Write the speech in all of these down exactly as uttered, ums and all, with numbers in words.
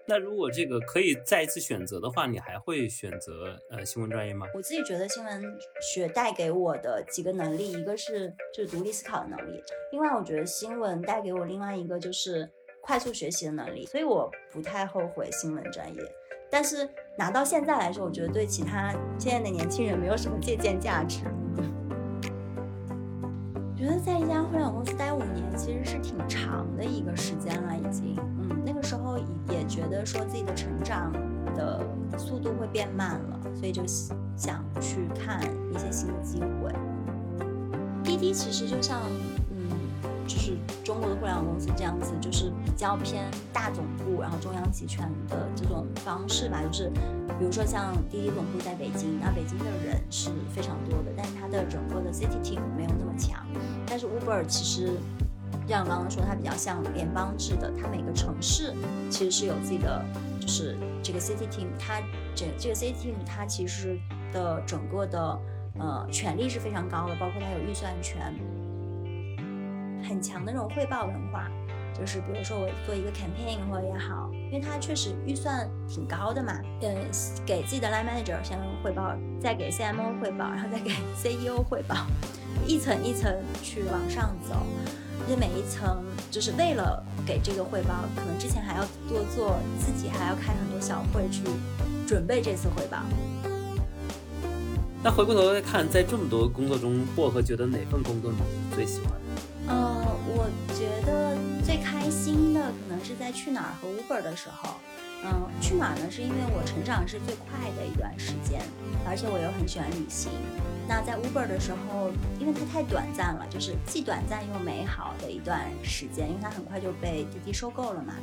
那如果这个可以再一次选择的话，你还会选择呃新闻专业吗？ 我自己觉得新闻学带给我的几个能力，一个是就是独立思考的能力，另外我觉得新闻带给我另外一个就是快速学习的能力，所以我不太后悔新闻专业。但是拿到现在来说，我觉得对其他现在的年轻人没有什么借鉴价值。我觉得在一家互联网公司待五年其实是挺长的一个时间了，已经，嗯，那个时候也觉得说自己的成长的速度会变慢了，所以就想去看一些新的机会。滴滴其实就像，嗯，就是中国的互联网公司这样子，就是比较偏大总部，然后中央集权的这种方式吧，就是比如说像滴滴总部在北京，那北京的人是非常多的，但是它的整个的 city team 没有那么强。但是 Uber 其实像刚刚说，它比较像联邦制的，它每个城市其实是有自己的，就是这个 city team， 它这这个 city team 它其实的整个的呃权力是非常高的，包括它有预算权，很强的那种汇报文化。就是比如说我做一个 campaign 或者也好，因为它确实预算挺高的嘛，呃，给自己的 line manager 先汇报，再给 C M O 汇报，然后再给 C E O 汇报，一层一层去往上走，而且每一层就是为了给这个汇报，可能之前还要多做，自己还要开很多小会去准备这次汇报。 那回过头来看，在这么多工作中，薄荷觉得哪份工作你是最喜欢的？ 呃，我觉得最开心的可能是在去哪儿和 Uber 的时候。嗯，去哪儿呢？是因为我成长是最快的一段时间，而且我又很喜欢旅行。那在 Uber 的时候，因为它太短暂了，就是既短暂又美好的一段时间，因为它很快就被滴滴收购了嘛。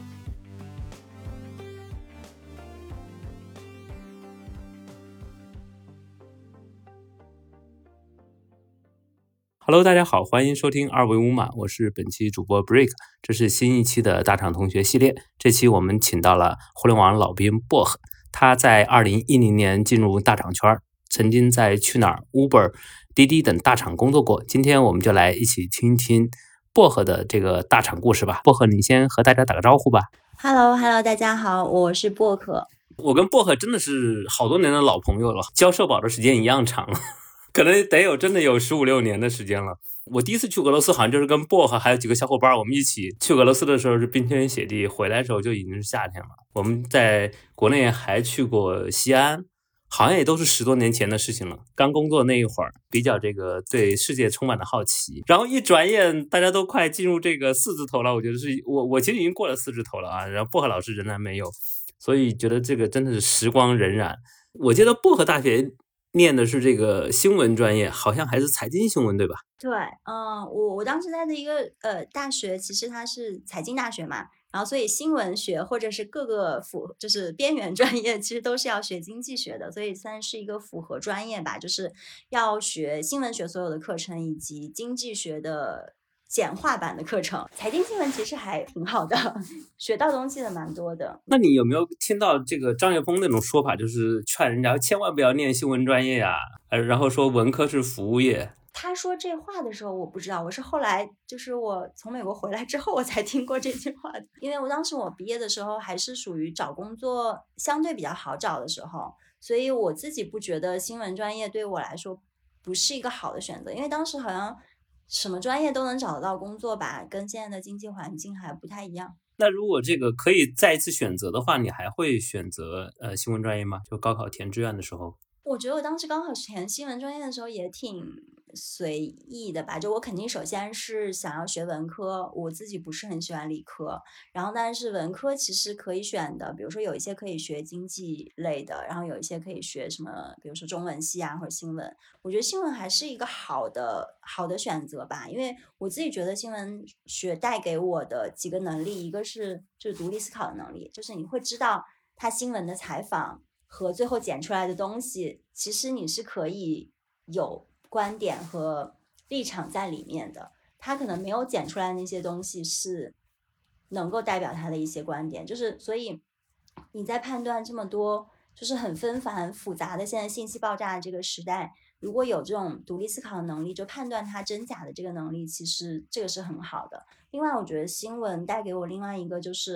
Hello， 大家好，欢迎收听二维五码，我是本期主播 Break， 这是新一期的大厂同学系列。这期我们请到了互联网老兵薄荷，他在二零一零年进入大厂圈，曾经在去哪儿、Uber、滴滴等大厂工作过。今天我们就来一起听一听薄荷的这个大厂故事吧。薄荷，你先和大家打个招呼吧。 Hello Hello， 大家好，我是薄荷。 我跟薄荷真的是好多年的老朋友了，交社保的时间一样长了。可能得有真的有十五六年的时间了。我第一次去俄罗斯好像就是跟薄荷还有几个小伙伴，我们一起去俄罗斯的时候是冰天雪地，回来的时候就已经是夏天了。我们在国内还去过西安，好像也都是十多年前的事情了。刚工作那一会儿，比较这个对世界充满了好奇，然后一转眼大家都快进入这个四字头了。我觉得是我我其实已经过了四字头了啊，然后薄荷老师仍然没有，所以觉得这个真的是时光荏苒。我记得薄荷大学念的是这个新闻专业，好像还是财经新闻，对吧？ 对，嗯、呃，我我当时在的一个呃大学，其实它是财经大学嘛，然后所以新闻学或者是各个辅就是边缘专业，其实都是要学经济学的，所以算是一个复合专业吧，就是要学新闻学所有的课程以及经济学的简化版的课程。财经新闻其实还挺好的，学到东西的蛮多的。 那你有没有听到这个张雪峰那种说法，就是劝人家千万不要念新闻专业啊，呃，然后说文科是服务业？ 他说这话的时候我不知道，我是后来就是我从美国回来之后我才听过这句话的。因为我当时我毕业的时候还是属于找工作相对比较好找的时候，所以我自己不觉得新闻专业对我来说不是一个好的选择，因为当时好像什么专业都能找得到工作吧，跟现在的经济环境还不太一样。 那如果这个可以再一次选择的话，你还会选择呃新闻专业吗？就高考填志愿的时候？ 我觉得我当时高考填新闻专业的时候也挺随意的吧，就我肯定首先是想要学文科，我自己不是很喜欢理科，然后但是文科其实可以选的，比如说有一些可以学经济类的，然后有一些可以学什么，比如说中文系啊或者新闻，我觉得新闻还是一个好的好的选择吧，因为我自己觉得新闻学带给我的几个能力，一个是就是独立思考的能力，就是你会知道它新闻的采访和最后剪出来的东西，其实你是可以有观点和立场在里面的，他可能没有剪出来的那些东西是能够代表他的一些观点，就是所以你在判断这么多就是很纷繁复杂的现在信息爆炸的这个时代，如果有这种独立思考的能力，就判断它真假的这个能力，其实这个是很好的。另外我觉得新闻带给我另外一个就是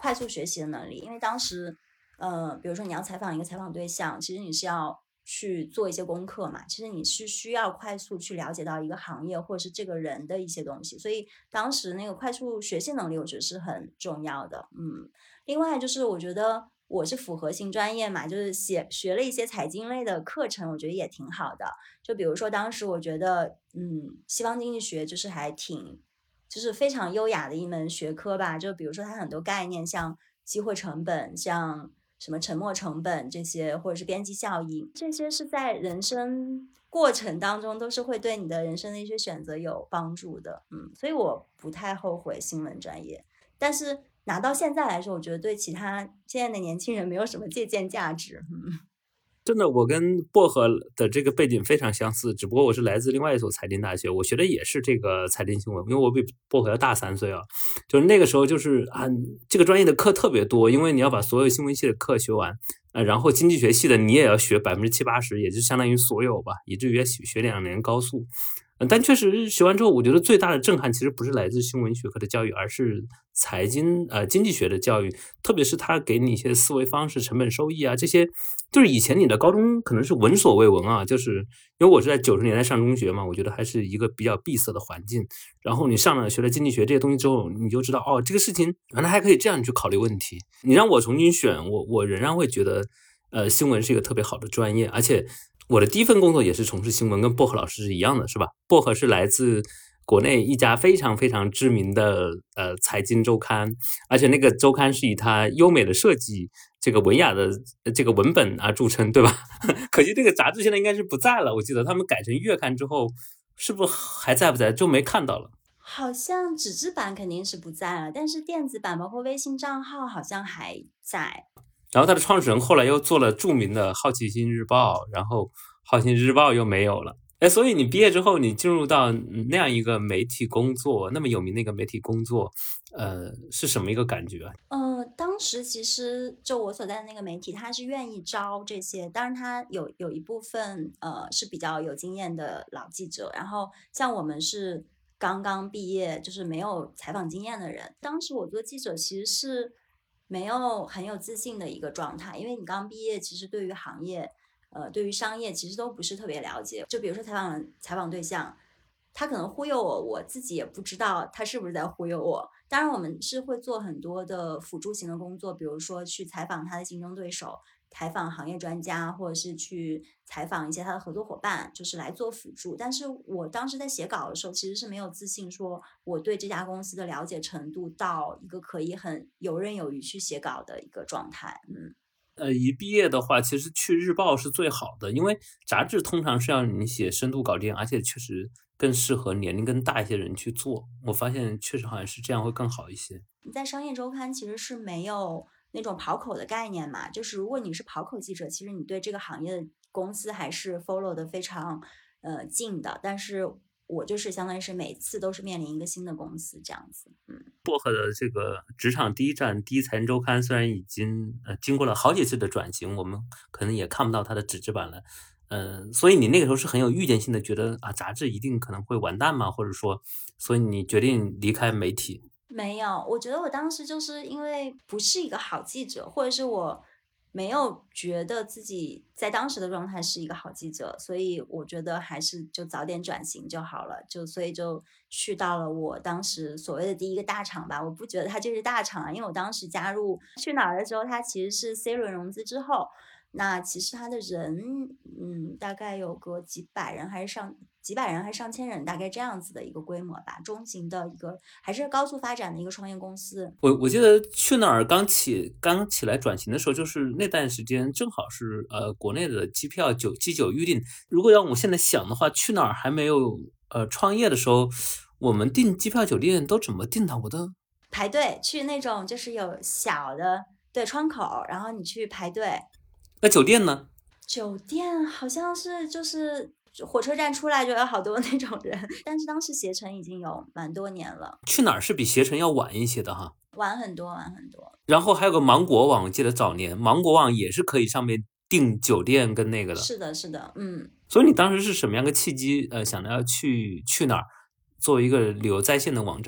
快速学习的能力，因为当时呃，比如说你要采访一个采访对象，其实你是要去做一些功课嘛，其实你是需要快速去了解到一个行业或者是这个人的一些东西，所以当时那个快速学习能力我觉得是很重要的。嗯，另外就是我觉得我是复合型专业嘛，就是写学了一些财经类的课程，我觉得也挺好的。就比如说当时我觉得嗯，西方经济学就是还挺就是非常优雅的一门学科吧，就比如说它很多概念，像机会成本，像什么沉没成本这些，或者是边际效应，这些是在人生过程当中都是会对你的人生的一些选择有帮助的。嗯，所以我不太后悔新闻专业，但是拿到现在来说，我觉得对其他现在的年轻人没有什么借鉴价值。嗯， 真的，我跟薄荷的这个背景非常相似，只不过我是来自另外一所财经大学，我学的也是这个财经新闻，因为我比薄荷要大三岁啊。就是那个时候就是啊，这个专业的课特别多，因为你要把所有新闻系的课学完，呃，然后经济学系的你也要学百分之七八十，也就相当于所有吧，以至于学学两年高速。但确实学完之后，我觉得最大的震撼其实不是来自新闻学科的教育，而是财经呃经济学的教育，特别是他给你一些思维方式、成本收益啊这些，就是以前你的高中可能是闻所未闻啊，就是因为我是在九十年代上中学嘛，我觉得还是一个比较闭塞的环境。然后你上了学了经济学这些东西之后，你就知道哦，这个事情原来还可以这样去考虑问题。你让我重新选，我我仍然会觉得，呃，新闻是一个特别好的专业，而且。我的第一份工作也是从事新闻，跟薄荷老师是一样的，是吧？薄荷是来自国内一家非常非常知名的呃财经周刊，而且那个周刊是以它优美的设计、这个文雅的这个文本啊著称，对吧？可惜这个杂志现在应该是不在了，我记得他们改成月刊之后，是不是还在不在就没看到了？ 好像纸质版肯定是不在了，但是电子版包括微信账号好像还在。 然后他的创始人后来又做了著名的好奇心日报，然后好奇心日报又没有了。哎，所以你毕业之后，你进入到那样一个媒体工作，那么有名的一个媒体工作，呃，是什么一个感觉啊？ 呃，当时其实就我所在的那个媒体，他是愿意招这些，当然他有有一部分呃是比较有经验的老记者，然后像我们是刚刚毕业，就是没有采访经验的人。当时我做记者其实是没有很有自信的一个状态，因为你刚毕业，其实对于行业。呃，对于商业其实都不是特别了解，就比如说采访采访对象，他可能忽悠我，我自己也不知道他是不是在忽悠我。当然，我们是会做很多的辅助型的工作，比如说去采访他的竞争对手，采访行业专家，或者是去采访一些他的合作伙伴，就是来做辅助。但是我当时在写稿的时候，其实是没有自信，说我对这家公司的了解程度到一个可以很游刃有余去写稿的一个状态。嗯。 呃，一毕业的话，其实去日报是最好的，因为杂志通常是要你写深度稿件，而且确实更适合年龄更大一些人去做。我发现确实好像是这样会更好一些。 你在商业周刊其实是没有那种跑口的概念嘛，就是如果你是跑口记者，其实你对这个行业的公司还是 follow 的非常呃近的，但是我就是相当于是每次都是面临一个新的公司这样子。嗯， 薄荷的这个职场第一站第一财经周刊虽然已经呃经过了好几次的转型，我们可能也看不到它的纸质版了。嗯、呃，所以你那个时候是很有预见性的，觉得啊杂志一定可能会完蛋吗？或者说，所以你决定离开媒体？ 没有，我觉得我当时就是因为不是一个好记者，或者是我没有觉得自己在当时的状态是一个好记者，所以我觉得还是就早点转型就好了，就所以就去到了我当时所谓的第一个大厂吧。我不觉得它就是大厂啊，因为我当时加入去哪儿的时候，它其实是 C 轮融资之后，那其实它的人嗯大概有个几百人还是上几百人还是上千人，大概这样子的一个规模吧，中型的一个还是高速发展的一个创业公司。 我我记得去哪儿刚起刚起来转型的时候，就是那段时间正好是呃国内的机票九机九预订。如果让我现在想的话，去哪儿还没有呃创业的时候，我们订机票酒店都怎么订的？我都排队去那种就是有小的对窗口，然后你去排队。 那酒店呢？ 酒店好像是就是火车站出来就有好多那种人，但是当时携程已经有蛮多年了。 去哪儿是比携程要晚一些的哈， 晚很多，晚很多。 然后还有个芒果网，我记得早年芒果网也是可以上面订酒店跟那个的。 是的，是的，嗯。 所以你当时是什么样的契机？呃，想着要去去哪儿，做一个旅游在线的网站？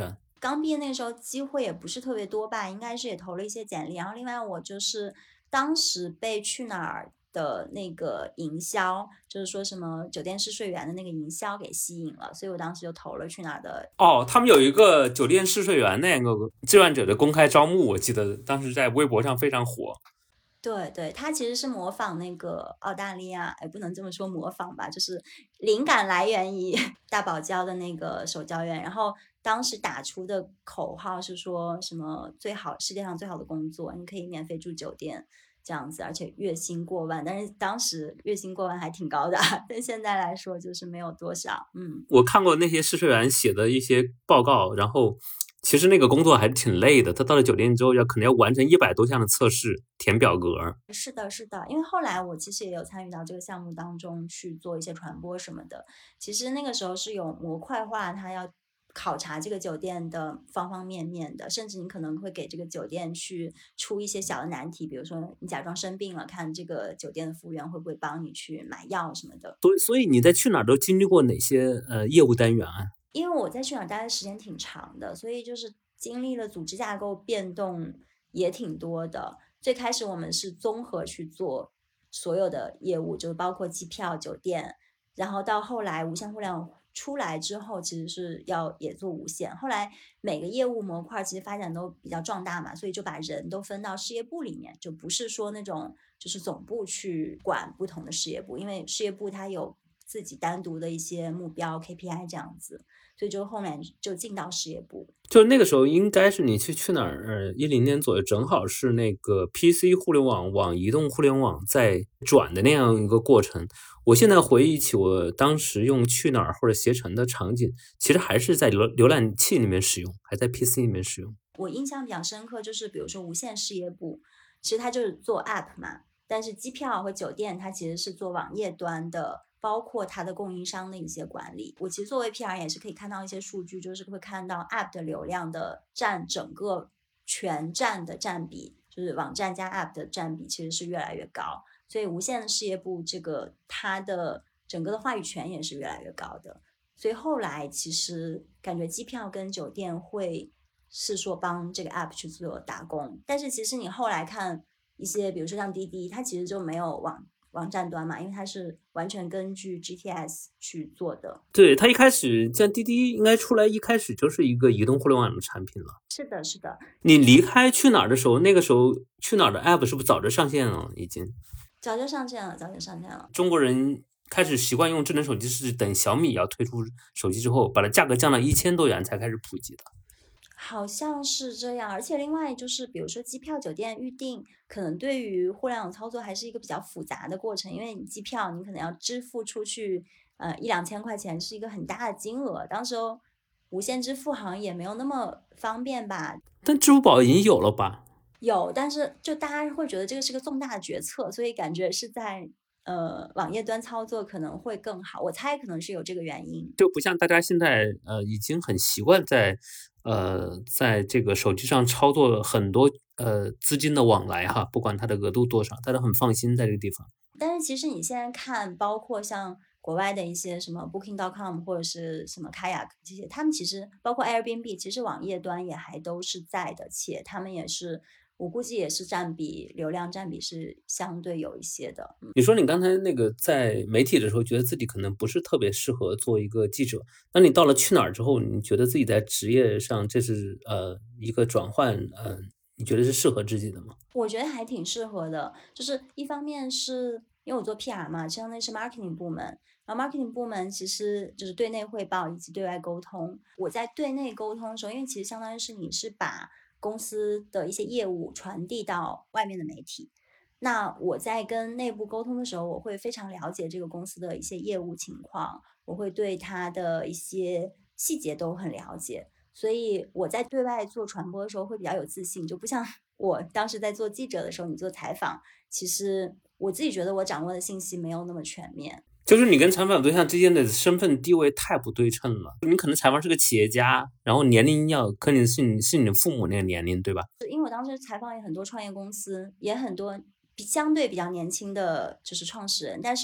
刚毕业那个时候机会也不是特别多吧，应该是也投了一些简历。然后另外我就是当时被去哪儿的那个营销，就是说什么酒店试睡员的那个营销给吸引了，所以我当时就投了去哪儿的。 哦，他们有一个酒店试睡员那个志愿者的公开招募，我记得当时在微博上非常火。 对对，它其实是模仿那个澳大利亚，也不能这么说模仿吧，就是灵感来源于大堡礁的那个首教院，然后当时打出的口号是说什么最好世界上最好的工作，你可以免费住酒店这样子，而且月薪过万，但是当时月薪过万还挺高的，但现在来说就是没有多少。嗯， 我看过那些试睡员写的一些报告，然后其实那个工作还是挺累的，他到了酒店之后要可能要完成一百多项的测试，填表格。 是的，是的，因为后来我其实也有参与到这个项目当中去做一些传播什么的。其实那个时候是有模块化，它要考察这个酒店的方方面面的，甚至你可能会给这个酒店去出一些小的难题，比如说你假装生病了，看这个酒店的服务员会不会帮你去买药什么的。 所以，所以你在去哪儿都经历过哪些呃业务单元啊？ 因为我在去哪儿待的时间挺长的，所以就是经历了组织架构变动也挺多的。最开始我们是综合去做所有的业务，就是包括机票、酒店，然后到后来无线互联网出来之后，其实是要也做无线。后来每个业务模块其实发展都比较壮大嘛，所以就把人都分到事业部里面，就不是说那种就是总部去管不同的事业部，因为事业部它有自己单独的一些目标 K P I 这样子。所以就后面就进到事业部， 就那个时候应该是你去去哪儿，一零年左右，正好是那个 P C 互联网往移动互联网在转的那样一个过程。我现在回忆起我当时用去哪儿或者携程的场景，其实还是在浏浏览器里面使用，还在 P C 里面使用。 我印象比较深刻，就是比如说无线事业部，其实它就是做 App 嘛，但是机票和酒店它其实是做网页端的。包括它的供应商的一些管理，我其实作为 P R 也是可以看到一些数据，就是会看到 App 的流量的占整个全站的占比，就是网站加 App 的占比其实是越来越高，所以无线事业部这个它的整个的话语权也是越来越高的。所以后来其实感觉机票跟酒店会是说帮这个 App 去做打工，但是其实你后来看一些比如说像滴滴，它其实就没有网网站端嘛，因为它是完全根据 G T S 去做的。 对，它一开始像滴滴应该出来一开始就是一个移动互联网的产品了。 是的，是的。 你离开去哪儿的时候，那个时候去哪儿的 App 是不是早就上线了？已经早就上线了，早就上线了。 中国人开始习惯用智能手机是等小米要推出手机之后，把它价格降到一千多元才开始普及的。 好像是这样，而且另外就是比如说机票酒店预订，可能对于互联网操作还是一个比较复杂的过程，因为你机票你可能要支付出去呃一两千块钱是一个很大的金额，当时候无线支付好像也没有那么方便吧。 但支付宝已经有了吧？ 有，但是就大家会觉得这个是个重大的决策，所以感觉是在呃网页端操作可能会更好，我猜可能是有这个原因， 就不像大家现在呃已经很习惯在呃在这个手机上操作很多呃资金的往来哈，不管它的额度多少，大家很放心在这个地方。 但是其实你现在看，包括像国外的一些什么 Booking dot com 或者是什么 Kayak 这些，他们其实包括 Airbnb， 其实网页端也还都是在的，且他们也是。我估计也是占比流量占比是相对有一些的。 你说你刚才那个在媒体的时候，觉得自己可能不是特别适合做一个记者，那你到了去哪儿之后，你觉得自己在职业上这是呃一个转换，呃，你觉得是适合自己的吗？ 我觉得还挺适合的，就是一方面是因为我做 P R 嘛，相当于是 marketing 部门，然后 marketing 部门其实就是对内汇报以及对外沟通。我在对内沟通的时候，因为其实相当于是你是把公司的一些业务传递到外面的媒体，那我在跟内部沟通的时候，我会非常了解这个公司的一些业务情况，我会对它的一些细节都很了解，所以我在对外做传播的时候会比较有自信，就不像我当时在做记者的时候，你做采访，其实我自己觉得我掌握的信息没有那么全面。 就是你跟采访对象之间的身份地位太不对称了，你可能采访是个企业家，然后年龄要可能是你是你的父母那个年龄，对吧？ 因为我当时采访也很多创业公司，也很多相对比较年轻的就是创始人，但是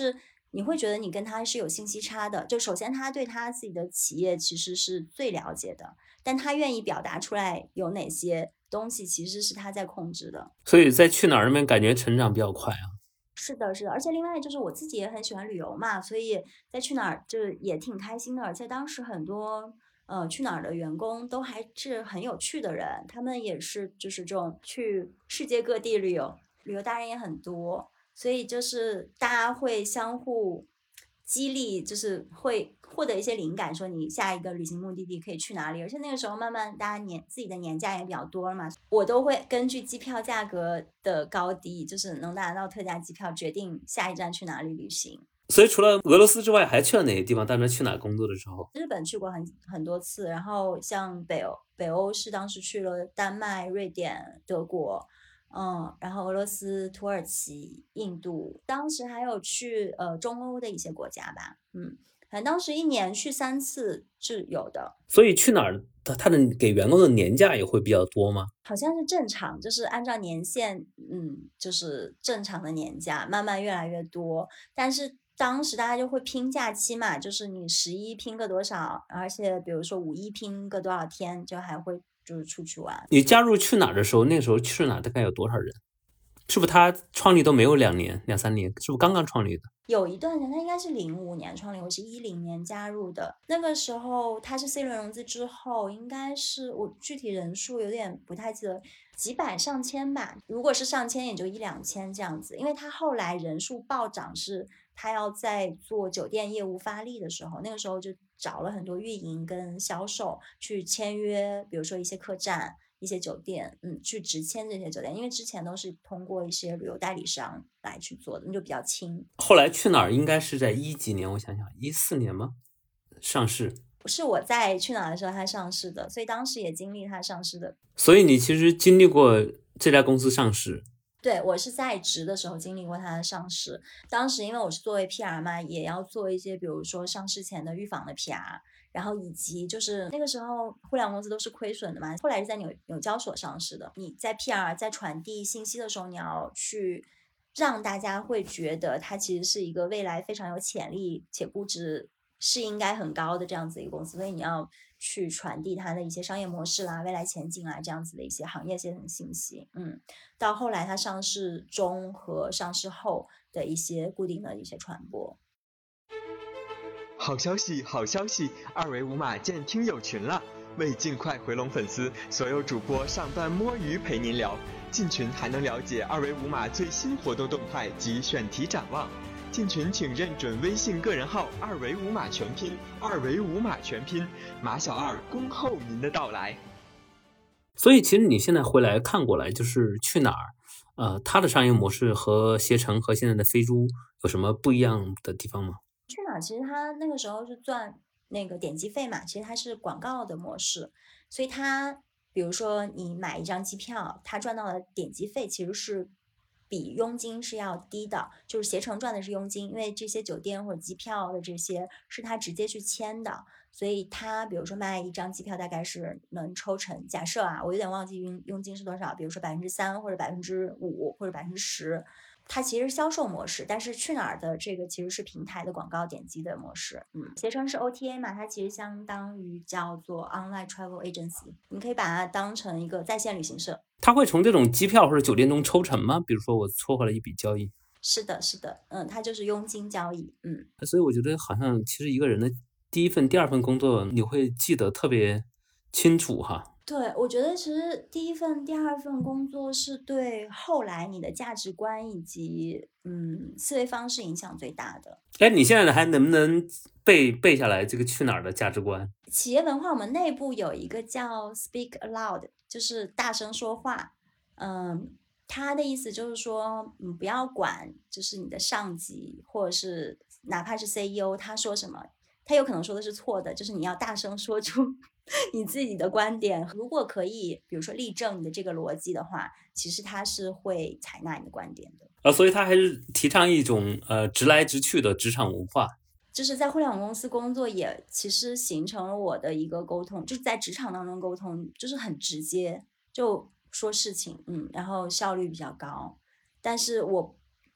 你会觉得你跟他是有信息差的。就首先他对他自己的企业其实是最了解的，但他愿意表达出来有哪些东西其实是他在控制的。 所以在去哪儿那边感觉成长比较快啊。 是的是的，而且另外就是我自己也很喜欢旅游嘛，所以在去哪儿就也挺开心的。而且当时很多呃去哪儿的员工都还是很有趣的人，他们也是就是这种去世界各地旅游，旅游达人也很多，所以就是大家会相互激励，就是会获得一些灵感，说你下一个旅行目的地可以去哪里。而且那个时候慢慢大家年自己的年假也比较多了嘛，我都会根据机票价格的高低，就是能拿到特价机票，决定下一站去哪里旅行。 所以除了俄罗斯之外还去了哪些地方？当时去哪工作的时候？ 日本去过很很多次，然后像北欧北欧是当时去了丹麦、瑞典、德国，嗯，然后俄罗斯、土耳其、印度，当时还有去呃中欧的一些国家吧，嗯，反正当时一年去三次是有的。 所以去哪儿他他的给员工的年假也会比较多吗？ 好像是正常，就是按照年限，嗯，就是正常的年假慢慢越来越多，但是当时大家就会拼假期嘛，就是你十一拼个多少，而且比如说五一拼个多少天，就还会就是出去玩。 你加入去哪儿的时候，那时候去哪儿大概有多少人？是不是他创立都没有两年两三年？是不是刚刚创立的？ 有一段时间，他应该是零五年创立，我是一零年加入的。那个时候他是 C 轮融资之后，应该是我具体人数有点不太记得，几百上千吧。如果是上千，也就一两千这样子。因为他后来人数暴涨，是他要在做酒店业务发力的时候，那个时候就找了很多运营跟销售去签约，比如说一些客栈。一些酒店，嗯，去直签这些酒店，因为之前都是通过一些旅游代理商来去做的，那就比较轻。 后来去哪儿应该是在一几年？我想想，一四年吗？上市？ 是我在去哪儿的时候它上市的，所以当时也经历它上市的。 所以你其实经历过这家公司上市？ 对，我是在职的时候经历过它的上市。当时因为我是作为 P R 嘛，也要做一些比如说上市前的预防的 P R。然后以及就是那个时候互联网公司都是亏损的嘛，后来是在纽纽交所上市的。你在 P R 在传递信息的时候，你要去让大家会觉得它其实是一个未来非常有潜力且估值是应该很高的这样子一个公司，所以你要去传递它的一些商业模式啦、未来前景啊这样子的一些行业性的信息。嗯，到后来它上市中和上市后的一些固定的一些传播。 好消息，好消息！二维码建听友群了。为尽快回笼粉丝，所有主播上班摸鱼陪您聊。进群还能了解二维码最新活动动态及选题展望。进群请认准微信个人号二维码全拼，二维码全拼，马小二恭候您的到来。 所以其实你现在回来看过来，就是去哪儿，呃，它的商业模式和携程和现在的飞猪有什么不一样的地方吗？ 去哪儿其实它那个时候是赚那个点击费嘛，其实它是广告的模式，所以它比如说你买一张机票，它赚到的点击费其实是比佣金是要低的，就是携程赚的是佣金，因为这些酒店或者机票的这些是他直接去签的，所以他比如说卖一张机票大概是能抽成，假设啊，我有点忘记佣佣金是多少，比如说百分之三或者百分之五或者百分之十。它其实是销售模式，但是去哪儿的这个其实是平台的广告点击的模式。嗯，携程是 O T A 嘛，它其实相当于叫做 Online Travel Agency， 你可以把它当成一个在线旅行社。 它会从这种机票或者酒店中抽成吗？比如说我撮合了一笔交易。 是的，是的，嗯，它就是佣金交易。嗯， 所以我觉得好像其实一个人的第一份、第二份工作，你会记得特别清楚哈。 对，我觉得其实第一份、第二份工作是对后来你的价值观以及嗯思维方式影响最大的。 哎，你现在还能不能背背下来这个去哪儿的价值观？ 企业文化我们内部有一个叫 Speak Aloud， 就是大声说话。嗯，他的意思就是说，你不要管就是你的上级或者是哪怕是 C E O 他说什么，他有可能说的是错的，就是你要大声说出你自己的观点。如果可以比如说例证你的这个逻辑的话，其实他是会采纳你的观点的。 呃，所以他还是提倡一种呃直来直去的职场文化。 就是在互联网公司工作也其实形成了我的一个沟通，就是在职场当中沟通就是很直接就说事情，嗯，然后效率比较高。但是我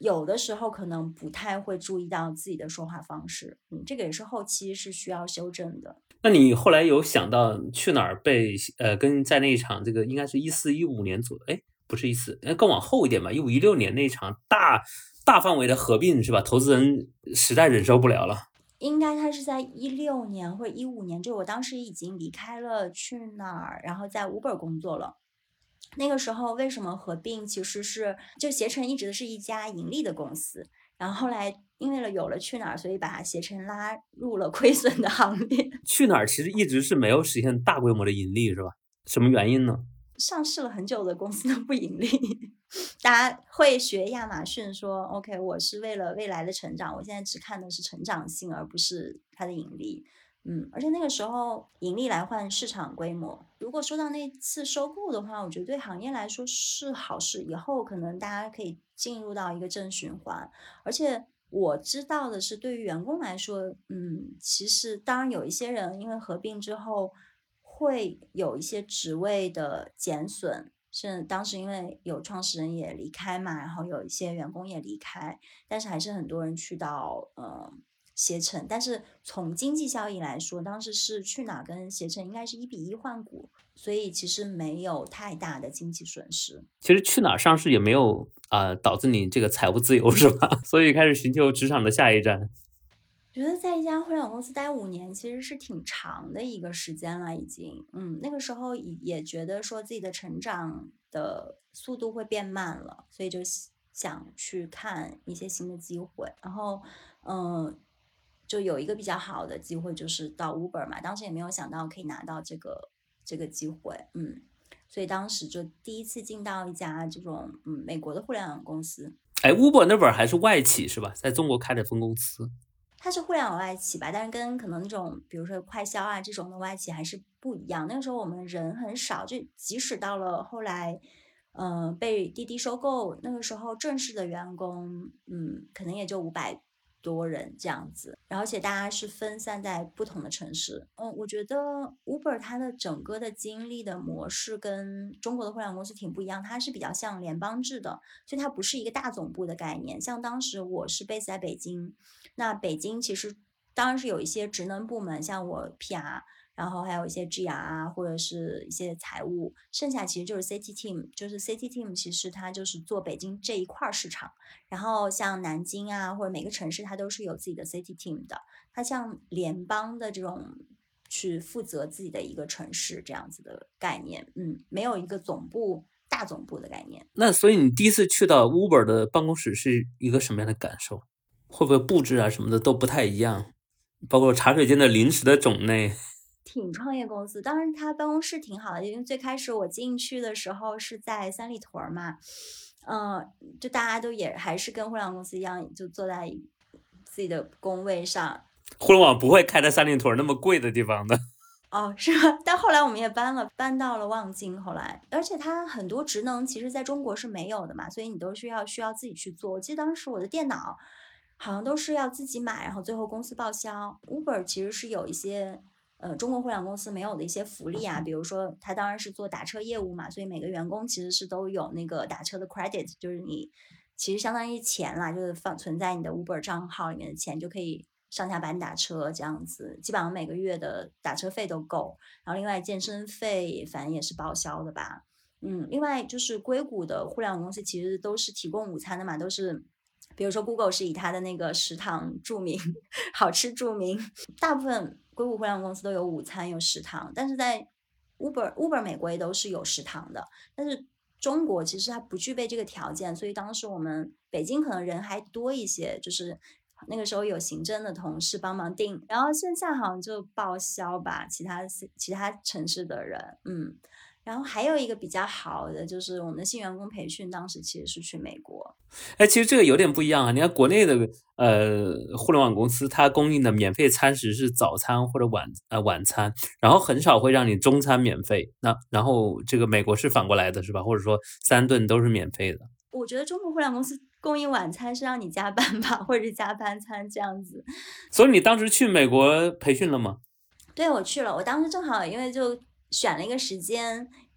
有的时候可能不太会注意到自己的说话方式，嗯，这个也是后期是需要修正的。 那你后来有想到去哪儿被呃跟在那一场这个应该是一四一五年左右，哎，不是一四，哎，更往后一点吧，一五一六年那一场大大范围的合并是吧？投资人实在忍受不了了。 应该他是在一六年或者一五年，就我当时已经离开了去哪儿，然后在 Uber 工作了。那个时候为什么合并，其实是就携程一直是一家盈利的公司，然后后来因为了有了去哪儿，所以把携程拉入了亏损的行列。 去哪儿其实一直是没有实现大规模的盈利是吧？什么原因呢？ 上市了很久的公司都不盈利，大家会学亚马逊说 OK 我是为了未来的成长，我现在只看的是成长性而不是它的盈利。嗯，而且那个时候盈利来换市场规模，如果说到那次收购的话，我觉得对行业来说是好事，以后可能大家可以进入到一个正循环。而且我知道的是对于员工来说，嗯，其实当然有一些人因为合并之后会有一些职位的减损，是当时因为有创始人也离开嘛，然后有一些员工也离开，但是还是很多人去到呃携程，但是从经济效益来说，当时是去哪儿跟携程应该是一比一换股，所以其实没有太大的经济损失。 其实去哪儿上市也没有啊、呃、导致你这个财务自由是吧？所以开始寻求职场的下一站。 觉得在一家互联网公司待五年其实是挺长的一个时间了，已经，嗯，那个时候也觉得说自己的成长的速度会变慢了，所以就想去看一些新的机会，然后，嗯，就有一个比较好的机会就是到 Uber 嘛，当时也没有想到可以拿到这个这个机会，嗯，所以当时就第一次进到一家这种嗯美国的互联网公司。 哎 ，Uber 那会儿还是外企是吧？在中国开的分公司。 它是互联网外企吧，但是跟可能那种比如说快销啊这种的外企还是不一样。那个时候我们人很少，就即使到了后来，嗯、呃，被滴滴收购，那个时候正式的员工，嗯，可能也就五百多人这样子，然后而且大家是分散在不同的城市。嗯，我觉得 Uber 它的整个的经历的模式跟中国的互联网公司挺不一样，它是比较像联邦制的，所以它不是一个大总部的概念。像当时我是 base 在北京，那北京其实当然是有一些职能部门，像我 P R，然后还有一些 G R 啊，或者是一些财务，剩下其实就是 C T team， 就是 C T team 其实它就是做北京这一块市场，然后像南京啊或者每个城市它都是有自己的 C T team 的，它像联邦的这种去负责自己的一个城市这样子的概念，嗯，没有一个总部大总部的概念。 那所以你第一次去到 Uber 的办公室是一个什么样的感受？会不会布置啊什么的都不太一样？包括茶水间的零食的种类？ 挺创业公司，当然它办公室挺好的，因为最开始我进去的时候是在三里屯嘛，嗯、呃，就大家都也还是跟互联网公司一样，就坐在自己的工位上。 互联网不会开在三里屯那么贵的地方的。 哦，是吧？但后来我们也搬了，搬到了望京。后来，而且它很多职能其实在中国是没有的嘛，所以你都需要需要自己去做。我记得当时我的电脑好像都是要自己买，然后最后公司报销。Uber 其实是有一些呃中国互联网公司没有的一些福利啊，比如说它当然是做打车业务嘛，所以每个员工其实是都有那个打车的 credit， 就是你其实相当于钱啦，就是放存在你的 Uber 账号里面的钱就可以上下班打车这样子，基本上每个月的打车费都够，然后另外健身费反正也是报销的吧。嗯，另外就是硅谷的互联网公司其实都是提供午餐的嘛，都是比如说 Google 是以它的那个食堂著名，好吃著名，大部分硅谷互联网公司都有午餐有食堂，但是在 Uber Uber 美国也都是有食堂的，但是中国其实它不具备这个条件，所以当时我们北京可能人还多一些，就是那个时候有行政的同事帮忙订，然后剩下好像就报销吧，其他其他城市的人，嗯，然后还有一个比较好的就是我们的新员工培训，当时其实是去美国。 哎，其实这个有点不一样啊！你看国内的呃互联网公司，它供应的免费餐食是早餐或者晚呃晚餐，然后很少会让你中餐免费。那然后这个美国是反过来的，是吧？或者说三顿都是免费的。 我觉得中国互联网公司供应晚餐是让你加班吧，或者是加班餐这样子。 所以你当时去美国培训了吗？ 对，我去了，我当时正好因为就选了一个时间。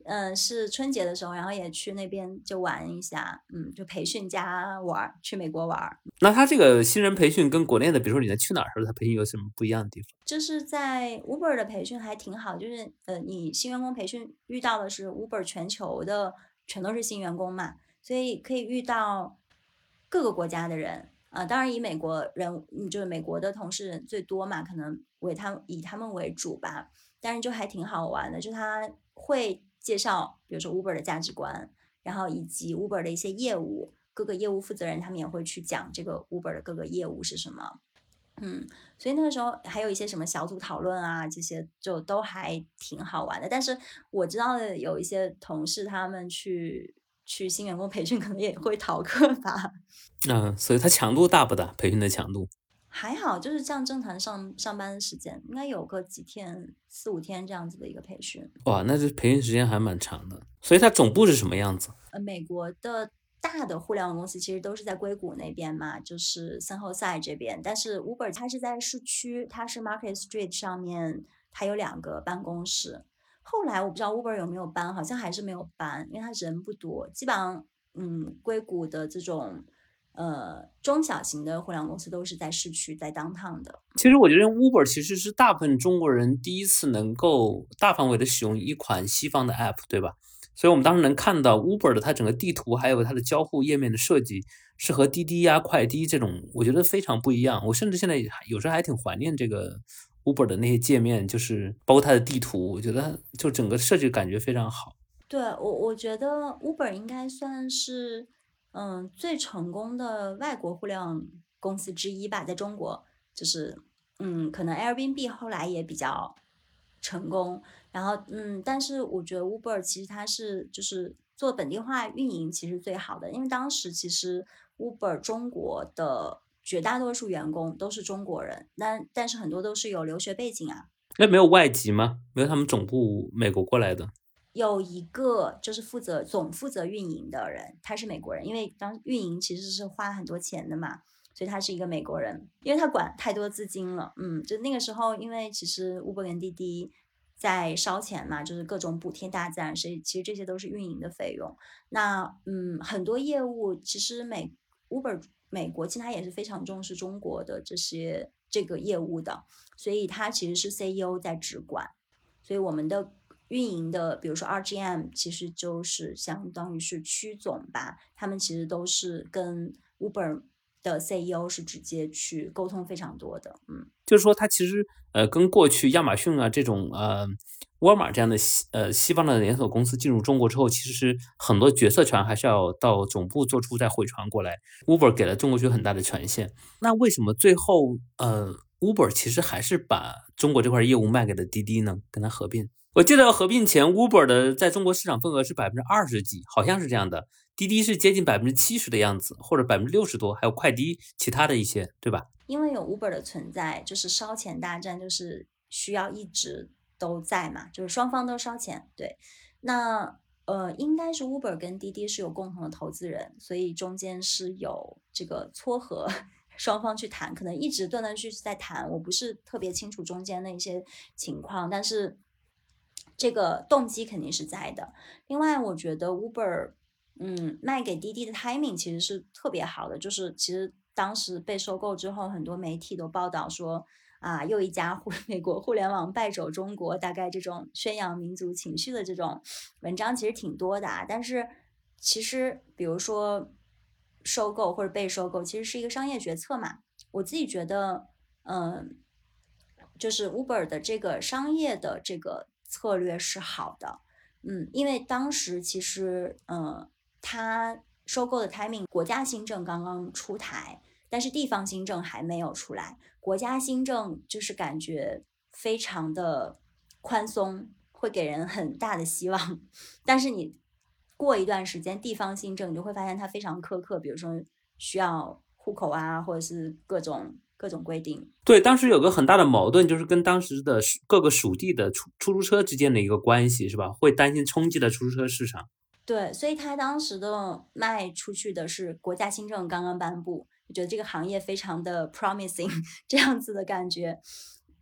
嗯、呃，是春节的时候，然后也去那边就玩一下，嗯，就培训加玩，去美国玩。 那他这个新人培训跟国内的，比如说你在去哪儿时候，他培训有什么不一样的地方？ 就是在 Uber 的培训还挺好，就是呃，你新员工培训遇到的是 Uber 全球的，全都是新员工嘛，所以可以遇到各个国家的人。啊、呃，当然以美国人，就是美国的同事最多嘛，可能为他以他们为主吧。但是就还挺好玩的，就他会介绍，比如说 Uber 的价值观，然后以及 Uber 的一些业务，各个业务负责人他们也会去讲这个 Uber 的各个业务是什么。嗯，所以那个时候还有一些什么小组讨论啊，这些就都还挺好玩的。但是我知道的有一些同事他们去去新员工培训，可能也会逃课吧。 嗯，所以它强度大不大？培训的强度还好，就是这样正常上上班的时间，应该有个几天四五天这样子的一个培训。 哇，那这培训时间还蛮长的。所以它总部是什么样子？ 呃，美国的大的互联网公司其实都是在硅谷那边嘛，就是森后塞这边。但是 Uber 它是在市区，它是 Market Street 上面，它有两个办公室。后来我不知道 Uber 有没有搬，好像还是没有搬，因为它人不多，基本上嗯，硅谷的这种呃中小型的互联网公司都是在市区，在 downtown 的。 其实我觉得 Uber 其实是大部分中国人第一次能够大范围的使用一款西方的 app， 对吧？所以我们当时能看到 Uber 的它整个地图还有它的交互页面的设计是和滴滴啊、快滴这种我觉得非常不一样。我甚至现在有时候还挺怀念这个 Uber 的那些界面，就是包括它的地图，我觉得就整个设计感觉非常好。 对，我我觉得 Uber 应该算是嗯最成功的外国互联网公司之一吧，在中国就是嗯可能 Airbnb 后来也比较成功，然后嗯但是我觉得 Uber 其实它是就是做本地化运营其实最好的，因为当时其实 Uber 中国的绝大多数员工都是中国人，但但是很多都是有留学背景啊。 那没有外籍吗？没有他们总部美国过来的？ 有一个就是负责总负责运营的人，他是美国人，因为当运营其实是花很多钱的嘛，所以他是一个美国人，因为他管太多资金了。嗯，就那个时候，因为其实 Uber 跟滴滴在烧钱嘛，就是各种补贴大自然，所以其实这些都是运营的费用。那嗯，很多业务其实美 Uber 美国其实它也是非常重视中国的这些这个业务的，所以它其实是 C E O 在直管，所以我们的运营的，比如说 R G M， 其实就是相当于是区总吧，他们其实都是跟 Uber 的 C E O 是直接去沟通非常多的。嗯， 就是说它其实呃跟过去亚马逊啊这种呃沃尔玛这样的西呃西方的连锁公司进入中国之后，其实很多决策权还是要到总部做出再回传过来。Uber 给了中国区很大的权限，那为什么最后呃 Uber 其实还是把中国这块业务卖给了滴滴呢？跟它合并？我记得合并前 Uber 的在中国市场份额是百分之二十几，好像是这样的。滴滴是接近百分之七十的样子，或者百分之六十多，还有快滴其他的一些，对吧？ 因为有 Uber 的存在，就是烧钱大战就是需要一直都在嘛，就是双方都烧钱。对，那呃应该是 Uber 跟滴滴是有共同的投资人，所以中间是有这个撮合。双方去谈，可能一直断断续续在谈，我不是特别清楚中间的一些情况，但是这个动机肯定是在的。另外我觉得 Uber 嗯卖给滴滴的 timing 其实是特别好的，就是其实当时被收购之后，很多媒体都报道说啊，又一家互美国互联网败走中国，大概这种宣扬民族情绪的这种文章其实挺多的啊。但是其实比如说收购或者被收购其实是一个商业决策嘛，我自己觉得嗯，就是 Uber 的这个商业的这个策略是好的。嗯，因为当时其实嗯，它收购的 timing 国家新政刚刚出台，但是地方新政还没有出来。国家新政就是感觉非常的宽松，会给人很大的希望，但是你过一段时间地方新政你就会发现它非常苛刻，比如说需要户口啊，或者是各种各种规定。 对，当时有个很大的矛盾，就是跟当时的各个属地的出出租车之间的一个关系，是吧？会担心冲击了出租车市场。 对，所以他当时的卖出去的是国家新政刚刚颁布，我觉得这个行业非常的 promising 这样子的感觉。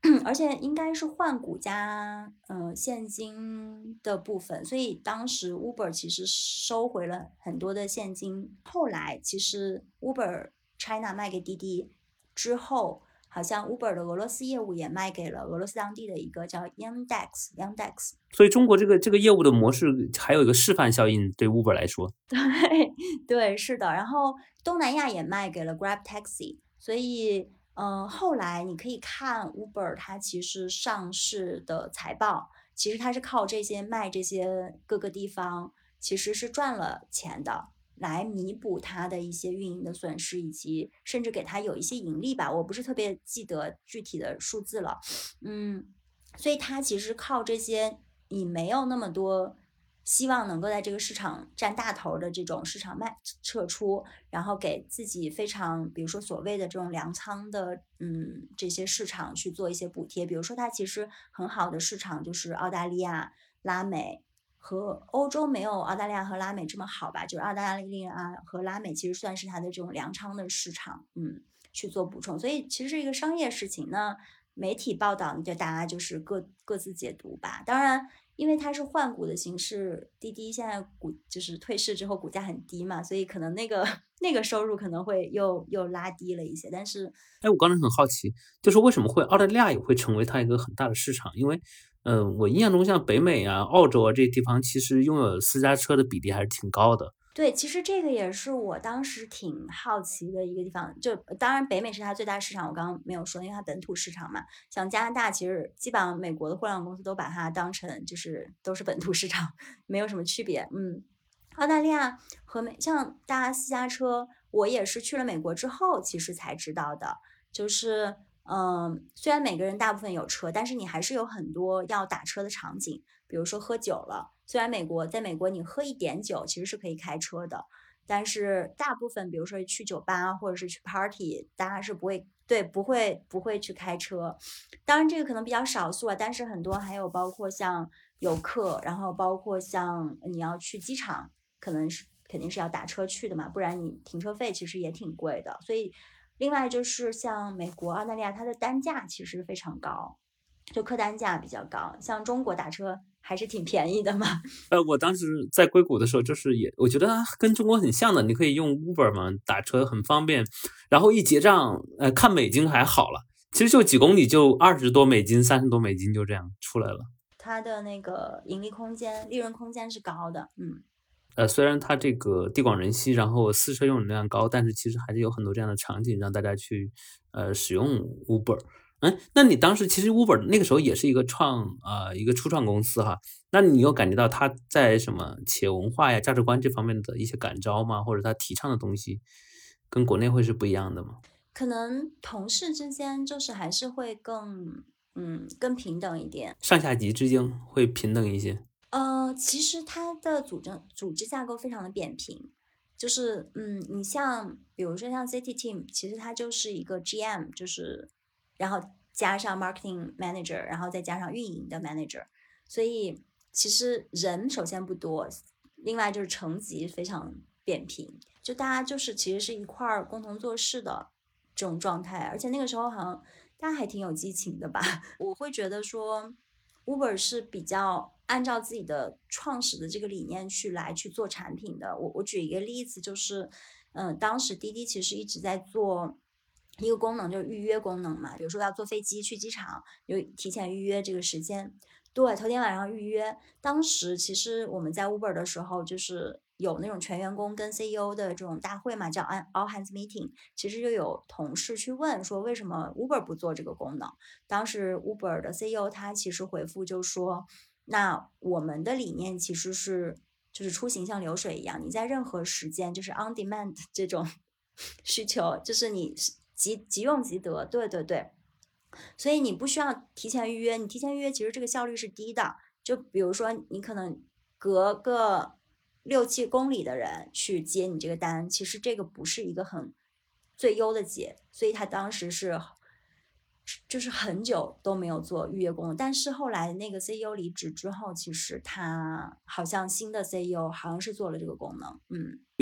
而且应该是换股加呃现金的部分，所以当时 Uber 其实收回了很多的现金。后来其实 Uber China 卖给滴滴之后，好像 Uber 的俄罗斯业务也卖给了俄罗斯当地的一个叫 Yandex Yandex。 所以中国这个这个业务的模式还有一个示范效应，对 Uber 来说。 对对，是的。然后东南亚也卖给了 Grab Taxi， 所以嗯，后来你可以看 Uber 它其实上市的财报，其实它是靠这些卖这些各个地方其实是赚了钱的，来弥补它的一些运营的损失，以及甚至给它有一些盈利吧，我不是特别记得具体的数字了。嗯，所以它其实靠这些你没有那么多希望能够在这个市场占大头的这种市场卖撤出，然后给自己非常比如说所谓的这种粮仓的嗯这些市场去做一些补贴。比如说它其实很好的市场就是澳大利亚、拉美和欧洲，没有澳大利亚和拉美这么好吧，就是澳大利亚和拉美其实算是它的这种粮仓的市场，嗯，去做补充。所以其实是一个商业事情呢，媒体报道就大家就是各各自解读吧。当然因为它是换股的形式，滴滴现在股就是退市之后股价很低嘛，所以可能那个那个收入可能会又又拉低了一些。但是哎，我刚才很好奇，就是为什么会澳大利亚也会成为它一个很大的市场？因为嗯、呃，我印象中像北美啊、澳洲啊这些地方，其实拥有私家车的比例还是挺高的。 对，其实这个也是我当时挺好奇的一个地方。就当然北美是它最大市场，我刚刚没有说，因为它本土市场嘛。像加拿大，其实基本上美国的互联网公司都把它当成就是都是本土市场，没有什么区别。嗯，澳大利亚和美像大家私家车，我也是去了美国之后其实才知道的，就是嗯，虽然每个人大部分有车，但是你还是有很多要打车的场景，比如说喝酒了。虽然美国在美国你喝一点酒其实是可以开车的，但是大部分比如说去酒吧或者是去 party， 大家是不会对不会不会去开车。当然这个可能比较少数啊，但是很多还有包括像游客，然后包括像你要去机场，可能是肯定是要打车去的嘛，不然你停车费其实也挺贵的。所以另外就是像美国、澳大利亚，它的单价其实非常高，就客单价比较高。像中国打车还是挺便宜的嘛。 呃，我当时在硅谷的时候，就是也我觉得它跟中国很像的，你可以用 Uber 嘛，打车很方便，然后一结账，呃，看美金还好了，其实就几公里就二十多美金、三十多美金就这样出来了。 它的那个盈利空间、利润空间是高的，嗯。 呃，虽然它这个地广人稀，然后私车用流量高，但是其实还是有很多这样的场景让大家去呃使用 Uber。嗯，那你当时其实 Uber 那个时候也是一个创呃一个初创公司哈，那你有感觉到它在什么企业文化呀、价值观这方面的一些感召吗？或者它提倡的东西跟国内会是不一样的吗？ 可能同事之间就是还是会更嗯更平等一点， 上下级之间会平等一些。 呃，其实它的组织组织架构非常的扁平，就是嗯，你像比如说像 City Team， 其实它就是一个 G M， 就是然后加上 Marketing Manager， 然后再加上运营的 Manager， 所以其实人首先不多，另外就是层级非常扁平，就大家就是其实是一块儿共同做事的这种状态。而且那个时候好像大家还挺有激情的吧，我会觉得说 Uber 是比较按照自己的创始的这个理念去来去做产品的。我我举一个例子，就是嗯、呃，当时滴滴其实一直在做一个功能，就是预约功能嘛，比如说要坐飞机去机场，就提前预约这个时间，对，头天晚上预约。当时其实我们在 Uber 的时候，就是有那种全员工跟 C E O 的这种大会嘛，叫 All Hands Meeting， 其实就有同事去问说为什么 Uber 不做这个功能。当时 Uber 的 C E O 他其实回复就说，那我们的理念其实是就是出行像流水一样，你在任何时间就是 on demand 这种需求，就是你即即用即得，对对对，所以你不需要提前预约，你提前预约其实这个效率是低的。就比如说你可能隔个六七公里的人去接你这个单，其实这个不是一个很最优的解，所以他当时是就是很久都没有做预约功能。但是后来那个 C E O 离职之后，其实他好像新的 C E O 好像是做了这个功能。嗯，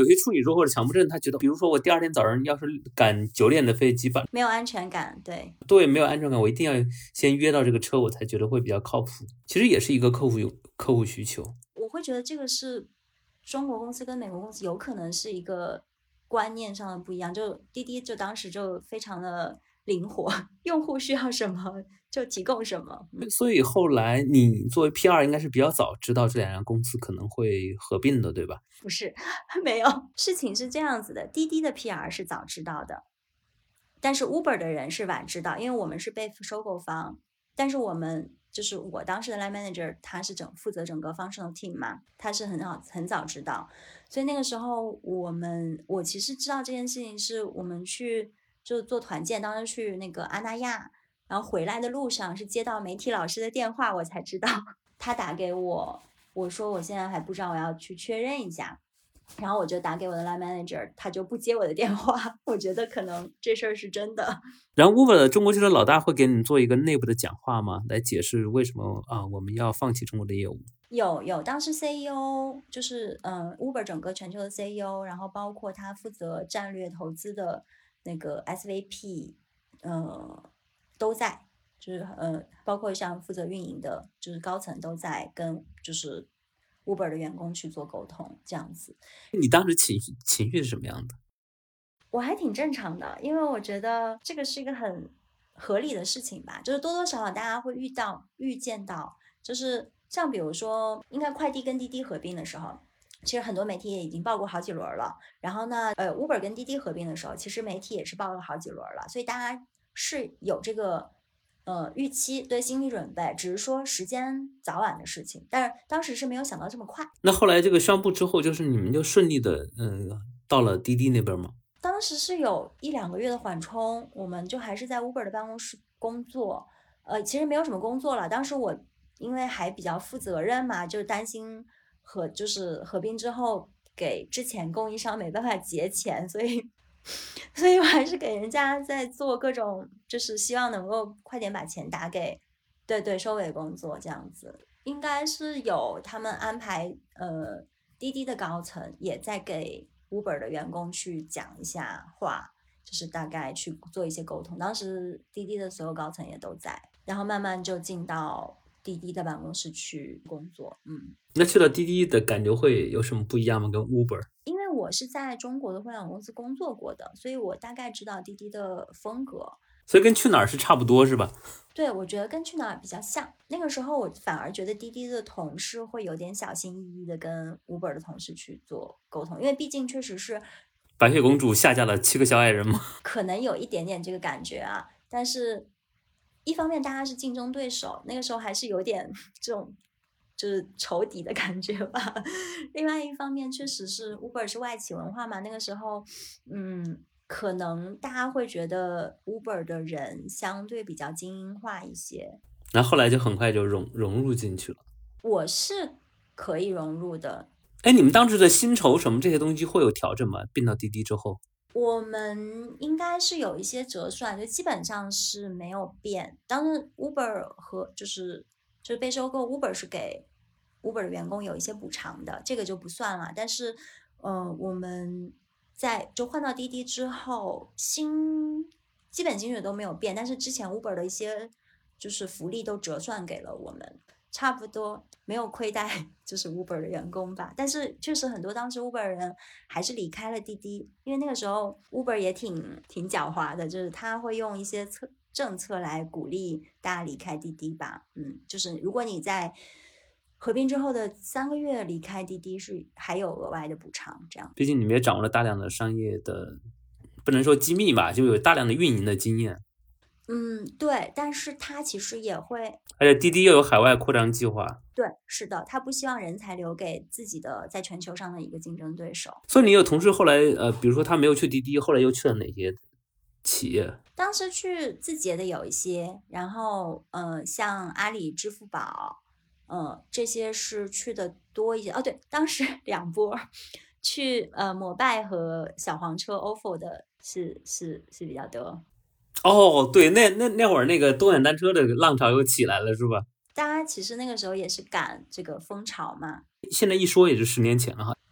有些处女座或者强迫症，他觉得，比如说我第二天早上要是赶九点的飞机吧， 没有安全感，对对，没有安全感，我一定要先约到这个车，我才觉得会比较靠谱。其实也是一个客户有客户需求。 我会觉得这个是中国公司跟美国公司有可能是一个观念上的不一样，就滴滴就当时就非常的灵活，用户需要什么就提供什么。 所以后来你作为 P R 应该是比较早知道这两家公司可能会合并的，对吧？ 不是，没有，事情是这样子的，滴滴的 P R 是早知道的，但是 Uber 的人是晚知道，因为我们是被收购方，但是我们就是我当时的 line manager， 他是整负责整个 functional team 嘛，他是很好很早知道，所以那个时候我们我其实知道这件事情是我们去就做团建，当时去那个阿那亚，然后回来的路上是接到媒体老师的电话，我才知道他打给我，我说我现在还不知道，我要去确认一下。然后我就打给我的 line manager， 他就不接我的电话，我觉得可能这事儿是真的。 然后 Uber 的中国区的老大会给你做一个内部的讲话吗？来解释为什么啊我们要放弃中国的业务？ 有有，当时 C E O 就是嗯 Uber 整个全球的 C E O， 然后包括他负责战略投资的那个 S V P， 呃都在，就是呃包括像负责运营的，就是高层都在跟就是。Uber 的员工去做沟通，这样子。 你当时情绪情绪是什么样的？ 我还挺正常的，因为我觉得这个是一个很合理的事情吧，就是多多少少大家会遇到、预见到，就是像比如说，应该快递跟滴滴合并的时候，其实很多媒体也已经报过好几轮了。然后呢，呃，Uber 跟滴滴合并的时候，其实媒体也是报了好几轮了，所以大家是有这个。呃，预期对心理准备，只是说时间早晚的事情，但是当时是没有想到这么快。 那后来这个宣布之后，就是你们就顺利的，嗯、呃，到了滴滴那边吗？ 当时是有一两个月的缓冲，我们就还是在 Uber 的办公室工作。呃，其实没有什么工作了。当时我因为还比较负责任嘛，就担心和就是合并之后给之前供应商没办法结钱，所以。所以我还是给人家在做各种，就是希望能够快点把钱打给，对对，收尾工作这样子。应该是有他们安排，呃，滴滴的高层也在给 Uber 的员工去讲一下话，就是大概去做一些沟通。当时滴滴的所有高层也都在，然后慢慢就进到滴滴的办公室去工作。嗯， 那去到滴滴的感觉会有什么不一样吗？跟 Uber？ 因为我是在中国的互联网公司工作过的，所以我大概知道滴滴的风格， 所以跟去哪儿是差不多是吧？ 对，我觉得跟去哪儿比较像。那个时候我反而觉得滴滴的同事会有点小心翼翼的跟 Uber 的同事去做沟通，因为毕竟确实是白雪公主下嫁了七个小矮人吗？ 可能有一点点这个感觉啊，但是一方面大家是竞争对手，那个时候还是有点这种就是仇敌的感觉吧。另外一方面，确实是 Uber 是外企文化嘛，那个时候，嗯，可能大家会觉得 Uber 的人相对比较精英化一些。 然后后来就很快就融融入进去了。 我是可以融入的。 哎，你们当时的薪酬什么这些东西会有调整吗？并到滴滴之后？ 我们应该是有一些折算，就基本上是没有变。当时 Uber 和就是就是被收购 Uber 是给 Uber 的员工有一些补偿的，这个就不算了。但是，呃，我们在就换到滴滴之后，薪基本薪水都没有变，但是之前 Uber 的一些就是福利都折算给了我们，差不多没有亏待就是 Uber 的员工吧。但是确实很多当时 Uber 人还是离开了滴滴，因为那个时候 Uber 也挺挺狡猾的，就是他会用一些策政策来鼓励大家离开滴滴吧。嗯，就是如果你在合并之后的三个月离开滴滴是还有额外的补偿，这样。 毕竟你们也掌握了大量的商业的，不能说机密吧，就有大量的运营的经验。 嗯，对，但是它其实也会， 而且滴滴又有海外扩张计划。 对，是的，他不希望人才留给自己的在全球上的一个竞争对手。 所以你有同事后来呃，比如说他没有去滴滴，后来又去了哪些企业？ 当时去字节的有一些，然后呃，像阿里、支付宝。呃，这些是去的多一些哦。对，当时两波去呃摩拜和小黄车 O F O 的是是是比较多。 哦，对，那那那会儿那个动感单车的浪潮又起来了，是吧？ 大家其实那个时候也是赶这个风潮嘛。 现在一说也是十年前了哈。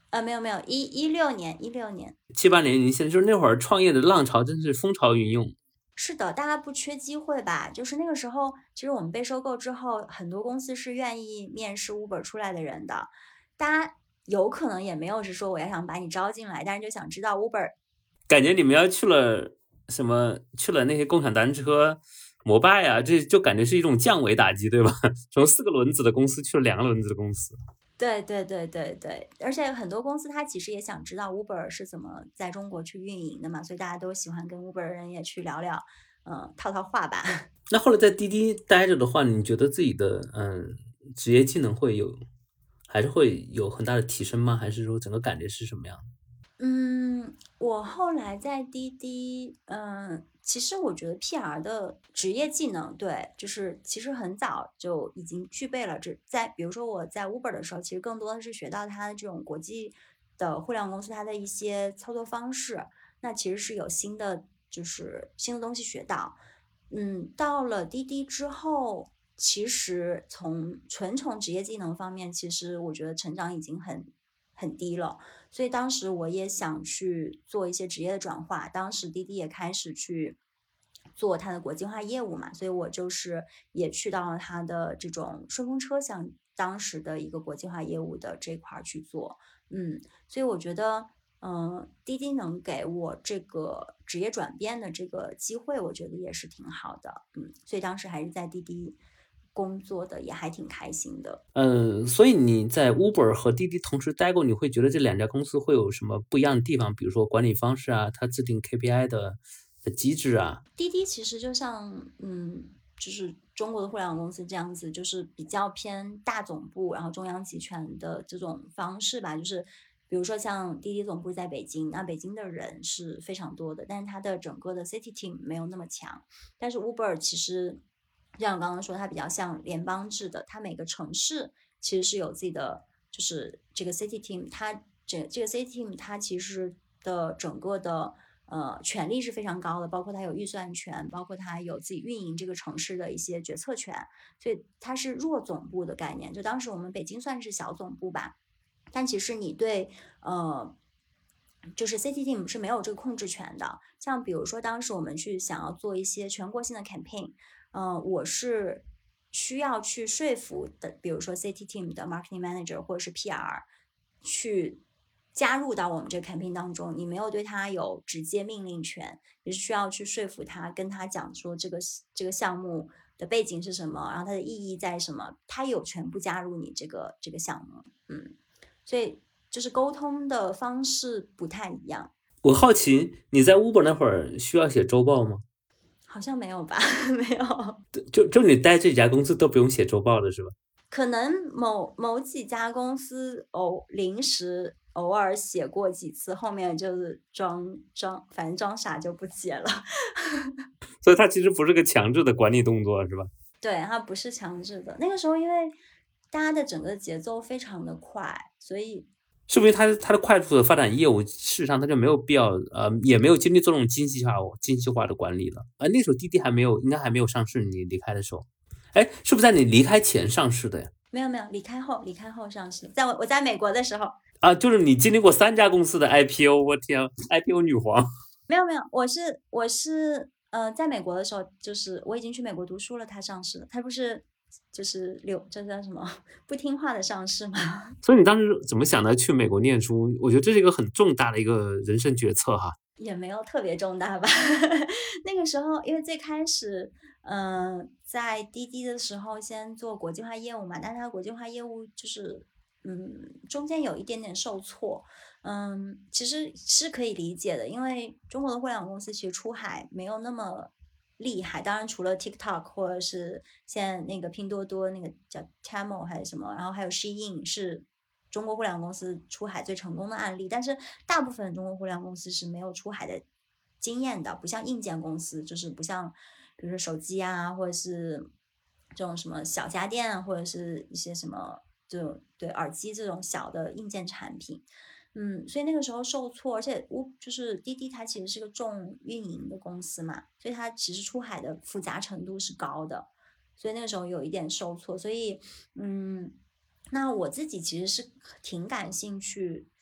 呃，没有没有，一一六年，一六年， 七八年，您现在就是那会儿创业的浪潮真是风潮云涌。 是的，大家不缺机会吧？就是那个时候，其实我们被收购之后，很多公司是愿意面试 Uber 出来的人的。大家有可能也没有是说我要想把你招进来，但是就想知道 Uber。 感觉你们要去了什么，去了那些共享单车、摩拜啊，这就感觉是一种降维打击，对吧？从四个轮子的公司去了两个轮子的公司。 对对对对对，而且很多公司它其实也想知道 Uber 是怎么在中国去运营的嘛，所以大家都喜欢跟 Uber 人也去聊聊，嗯，套套话吧。 那后来在滴滴待着的话，你觉得自己的嗯职业技能会有，还是会有很大的提升吗？还是说整个感觉是什么样的？ 嗯，我后来在滴滴，嗯，其实我觉得 P R 的职业技能，对，就是其实很早就已经具备了。这在比如说我在 Uber 的时候，其实更多的是学到它的这种国际的互联网公司它的一些操作方式，那其实是有新的就是新的东西学到。嗯，到了滴滴之后，其实从纯从职业技能方面，其实我觉得成长已经很很低了。所以当时我也想去做一些职业的转化，当时滴滴也开始去做它的国际化业务嘛，所以我就是也去到了它的这种顺风车厢当时的一个国际化业务的这块去做，嗯，所以我觉得，嗯、呃，滴滴能给我这个职业转变的这个机会，我觉得也是挺好的，嗯，所以当时还是在滴滴工作的，也还挺开心的。 嗯，所以你在 Uber 和滴滴同时待过，你会觉得这两家公司会有什么不一样的地方？比如说管理方式啊，它制定 K P I 的的机制啊。 滴滴其实就像嗯，就是中国的互联网公司这样子，就是比较偏大总部，然后中央集权的这种方式吧。就是比如说像滴滴总部在北京，那北京的人是非常多的，但是它的整个的 city team 没有那么强。但是 Uber 其实像我刚刚说，它比较像联邦制的，它每个城市其实是有自己的，就是这个 city team，它这这个 city team 它其实的整个的。呃，权力是非常高的，包括它有预算权，包括它有自己运营这个城市的一些决策权，所以它是弱总部的概念。就当时我们北京算是小总部吧，但其实你对呃，就是 City Team 是没有这个控制权的。像比如说当时我们去想要做一些全国性的 campaign，嗯、呃，我是需要去说服的，比如说 City Team 的 marketing manager 或者是 P R 去。加入到我们这个 campaign 当中，你没有对他有直接命令权，你是需要去说服他，跟他讲说这个这个项目的背景是什么，然后它的意义在什么，他有权不加入你这个这个项目，嗯，所以就是沟通的方式不太一样。 我好奇你在 Uber 那会儿需要写周报吗？ 好像没有吧，没有。 就就你待这家公司都不用写周报的是吧？ 可能某某几家公司偶临时偶尔写过几次，后面就是装装，反正装傻就不写了。 所以它其实不是个强制的管理动作，是吧？ 对，它不是强制的。那个时候因为大家的整个节奏非常的快，所以是不是它它的快速的发展业务，事实上它就没有必要呃，也没有精力做这种精细化精细化的管理了。啊、呃，那时候滴滴还没有，应该还没有上市，你离开的时候。哎，是不是在你离开前上市的呀？ 没有没有，离开后离开后上市，在我我在美国的时候啊，就是你经历过三家公司的 I P O， 我天 ，I P O 女皇。 没有没有，我是我是呃，在美国的时候，就是我已经去美国读书了，它上市了，它不是就是留这叫什么不听话的上市吗？ 所以你当时怎么想的去美国念书？我觉得这是一个很重大的一个人生决策哈。 也没有特别重大吧。那个时候，因为最开始，嗯、呃，在滴滴的时候，先做国际化业务嘛，但是它国际化业务就是，嗯，中间有一点点受挫，嗯，其实是可以理解的，因为中国的互联网公司其实出海没有那么厉害，当然除了 TikTok 或者是现在那个拼多多那个叫 Temu 还是什么，然后还有 Shein 是。中国互联网公司出海最成功的案例，但是大部分中国互联网公司是没有出海的经验的，不像硬件公司，就是不像比如说手机啊，或者是这种什么小家电啊，或者是一些什么这种对耳机这种小的硬件产品，嗯，所以那个时候受挫，而且我就是滴滴它其实是个重运营的公司嘛，所以它其实出海的复杂程度是高的，所以那个时候有一点受挫，所以嗯。那我自己其实是挺感兴趣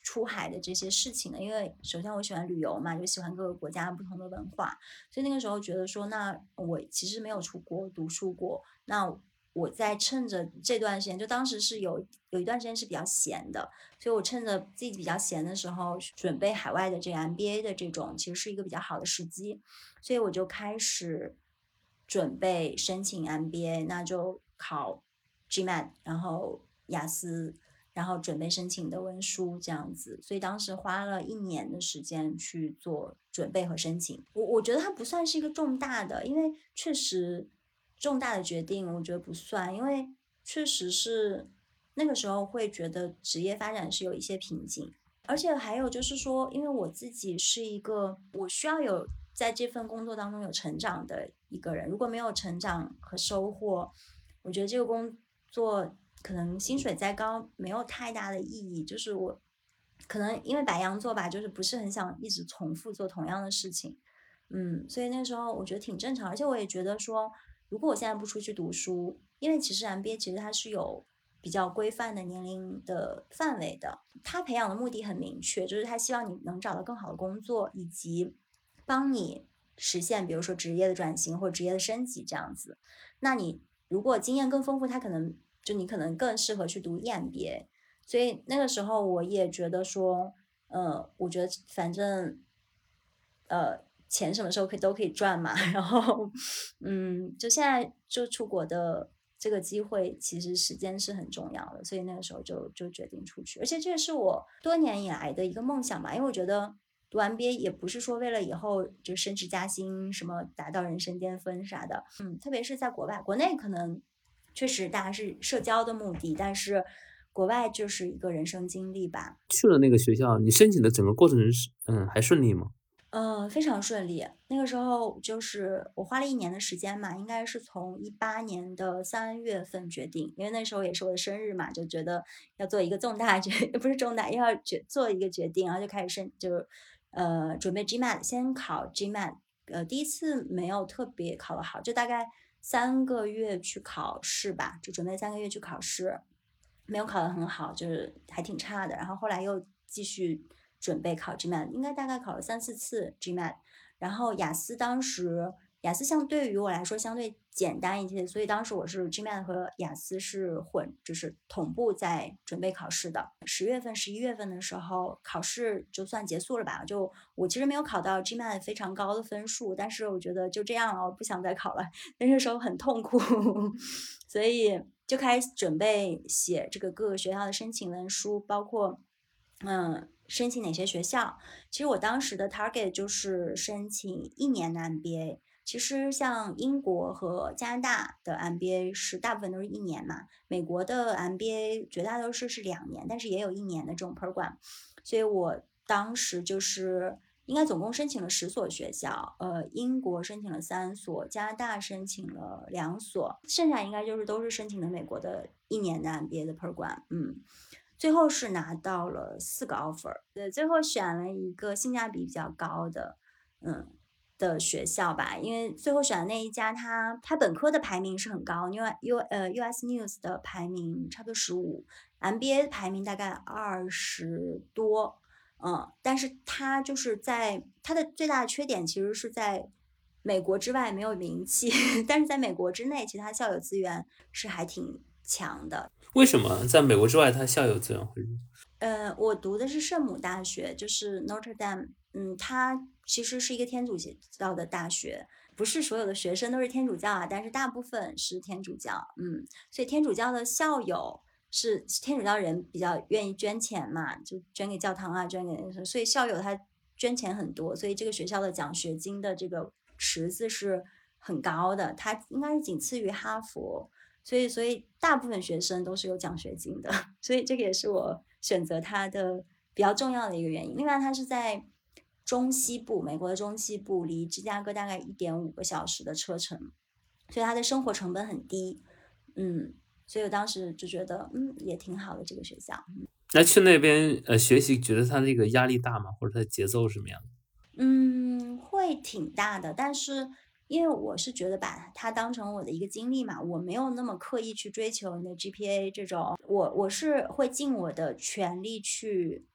出海的这些事情的，因为首先我喜欢旅游嘛，就喜欢各个国家不同的文化，所以那个时候觉得说，那我其实没有出国读书过，那我在趁着这段时间，就当时是有有一段时间是比较闲的，所以我趁着自己比较闲的时候，准备海外的这个 M B A 的这种，其实是一个比较好的时机，所以我就开始准备申请 M B A， 那就考 GMAT， 然后雅思，然后准备申请的文书这样子，所以当时花了一年的时间去做准备和申请。我我觉得它不算是一个重大的，因为确实重大的决定我觉得不算，因为确实是那个时候会觉得职业发展是有一些瓶颈，而且还有就是说，因为我自己是一个我需要有在这份工作当中有成长的一个人，如果没有成长和收获，我觉得这个工作可能薪水再高没有太大的意义，就是我可能因为白羊座吧，就是不是很想一直重复做同样的事情，嗯，所以那时候我觉得挺正常，而且我也觉得说，如果我现在不出去读书，因为其实 M B A 其实它是有比较规范的年龄的范围的，他培养的目的很明确，就是他希望你能找到更好的工作，以及帮你实现比如说职业的转型或者职业的升级这样子。那你如果经验更丰富，他可能就你可能更适合去读 E M B A。 所以那个时候我也觉得说呃，我觉得反正呃钱什么时候可以都可以赚嘛，然后嗯，就现在就出国的这个机会其实时间是很重要的，所以那个时候就就决定出去，而且这也是我多年以来的一个梦想吧，因为我觉得读 M B A 也不是说为了以后就升职加薪什么达到人生巅峰啥的，嗯，特别是在国外，国内可能确实大家是社交的目的，但是国外就是一个人生经历吧。 去了那个学校，你申请的整个过程是嗯还顺利吗？ 呃，非常顺利。那个时候就是我花了一年的时间嘛，应该是从一八年的三月份决定，因为那时候也是我的生日嘛，就觉得要做一个重大决，不是重大，要决做一个决定，然后就开始申，就呃准备 GMAT， 先考 GMAT， 呃第一次没有特别考得好，就大概三个月去考试吧，就准备三个月去考试，没有考得很好，就是还挺差的，然后后来又继续准备考 GMAT， 应该大概考了三四次 GMAT， 然后雅思当时雅思相对于我来说相对简单一些，所以当时我是 GMAT 和雅思是混，就是同步在准备考试的。十月份十一月份的时候考试就算结束了吧，就我其实没有考到 GMAT 非常高的分数，但是我觉得就这样了，我不想再考了，那个时候很痛苦所以就开始准备写这个各个学校的申请文书，包括嗯申请哪些学校。其实我当时的 target 就是申请一年的 M B A， 其实像英国和加拿大的 M B A 是大部分都是一年嘛，美国的 M B A 绝大多数是两年，但是也有一年的这种 program， 所以我当时就是应该总共申请了十所学校，呃，英国申请了三所，加拿大申请了两所，剩下应该就是都是申请的美国的一年的 M B A 的 program， 嗯。最后是拿到了四个 offer， 对，最后选了一个性价比比较高的，嗯的学校吧，因为最后选的那一家它，它本科的排名是很高，因为 U 呃 U S News 的排名差不多十五 ，M B A 排名大概二十多，嗯，但是它就是在它的最大的缺点其实是在美国之外没有名气，但是在美国之内，其他校友资源是还挺强的。 为什么在美国之外，它校友资源会弱？ 呃，我读的是圣母大学，就是 Notre Dame， 嗯，它其实是一个天主教的大学，不是所有的学生都是天主教啊，但是大部分是天主教，嗯，所以天主教的校友是天主教人比较愿意捐钱嘛，就捐给教堂啊，捐给，所以校友他捐钱很多，所以这个学校的奖学金的这个池子是很高的，它应该是仅次于哈佛。所以，所以大部分学生都是有奖学金的，所以这个也是我选择它的比较重要的一个原因。另外，它是在中西部，美国的中西部，离芝加哥大概一点五个小时的车程，所以它的生活成本很低。嗯，所以我当时就觉得，嗯，也挺好的这个学校。 那去那边呃学习，觉得它这个压力大吗？或者它的节奏是什么样的？ 嗯，会挺大的，但是。因为我是觉得把它当成我的一个经历嘛，我没有那么刻意去追求你的 G P A 这种，我我是会尽我的全力去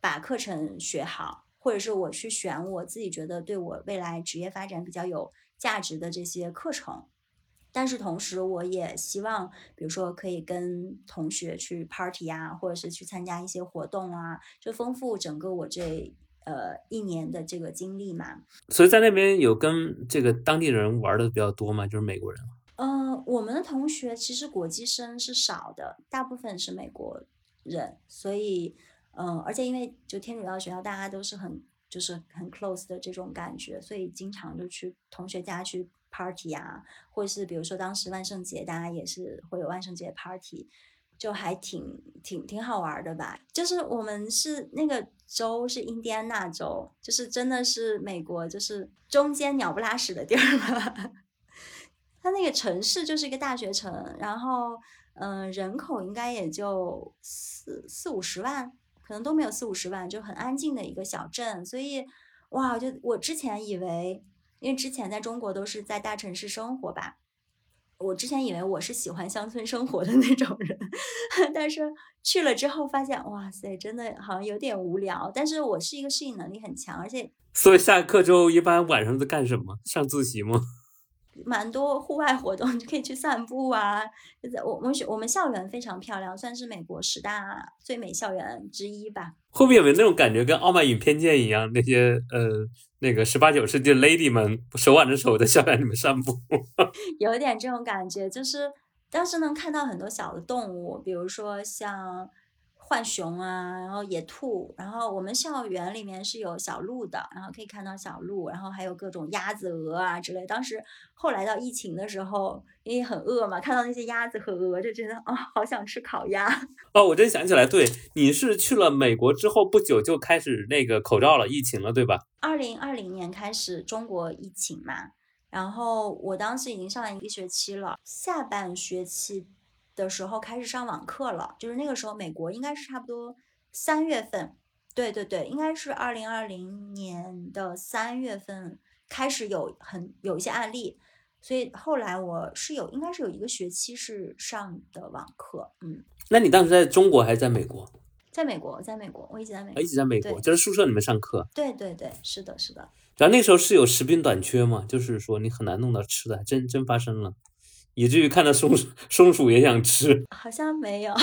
把课程学好，或者是我去选我自己觉得对我未来职业发展比较有价值的这些课程。但是同时我也希望比如说可以跟同学去 party 啊，或者是去参加一些活动啊，就丰富整个我这呃一年的这个经历嘛。 所以在那边有跟这个当地人玩的比较多吗？就是美国人？ 呃，我们的同学其实国际生是少的，大部分是美国人，所以嗯、呃，而且因为就天主教学校大家都是很就是很 close 的这种感觉，所以经常就去同学家去 party 啊，或者是比如说当时万圣节大家也是会有万圣节 party， 就还挺挺挺好玩的吧。就是我们是那个州是印第安纳州，就是真的是美国就是中间鸟不拉屎的地儿吧。它那个城市就是一个大学城，然后嗯、呃，人口应该也就四四五十万，可能都没有四五十万，就很安静的一个小镇。所以哇，就我之前以为，因为之前在中国都是在大城市生活吧，我之前以为我是喜欢乡村生活的那种人，但是去了之后发现，哇塞，真的好像有点无聊。但是我是一个适应能力很强，而且所以下课之后一般晚上在干什么？上自习吗？ 蛮多户外活动，就可以去散步啊。我我们我们校园非常漂亮，算是美国十大最美校园之一吧。 会不会有没有那种感觉，跟《傲慢与偏见》一样，那些呃那个十八九世纪的 lady 们手挽着手在校园里面散步？ 有点这种感觉，就是当时能看到很多小的动物，比如说像浣熊啊，然后野兔，然后我们校园里面是有小鹿的，然后可以看到小鹿，然后还有各种鸭子、鹅啊之类。当时后来到疫情的时候，因为很饿嘛，看到那些鸭子和鹅，就觉得啊、哦，好想吃烤鸭。 哦，我真想起来，对，你是去了美国之后不久就开始那个口罩了，疫情了，对吧？ 二零二零年开始中国疫情嘛，然后我当时已经上了一个学期了，下半学期的时候开始上网课了，就是那个时候美国应该是差不多三月份，对对对，应该是二零二零年的三月份开始有很有一些案例，所以后来我是有应该是有一个学期是上的网课。嗯， 那你当时在中国还是在美国？ 在美国，在美国，我一直在美国， 一直在美国，就在宿舍里面上课。 对对对，是的，是的。 然后那时候是有食品短缺嘛，就是说你很难弄到吃的，还真真发生了，以至于看到松鼠松鼠也想吃。 好像没有。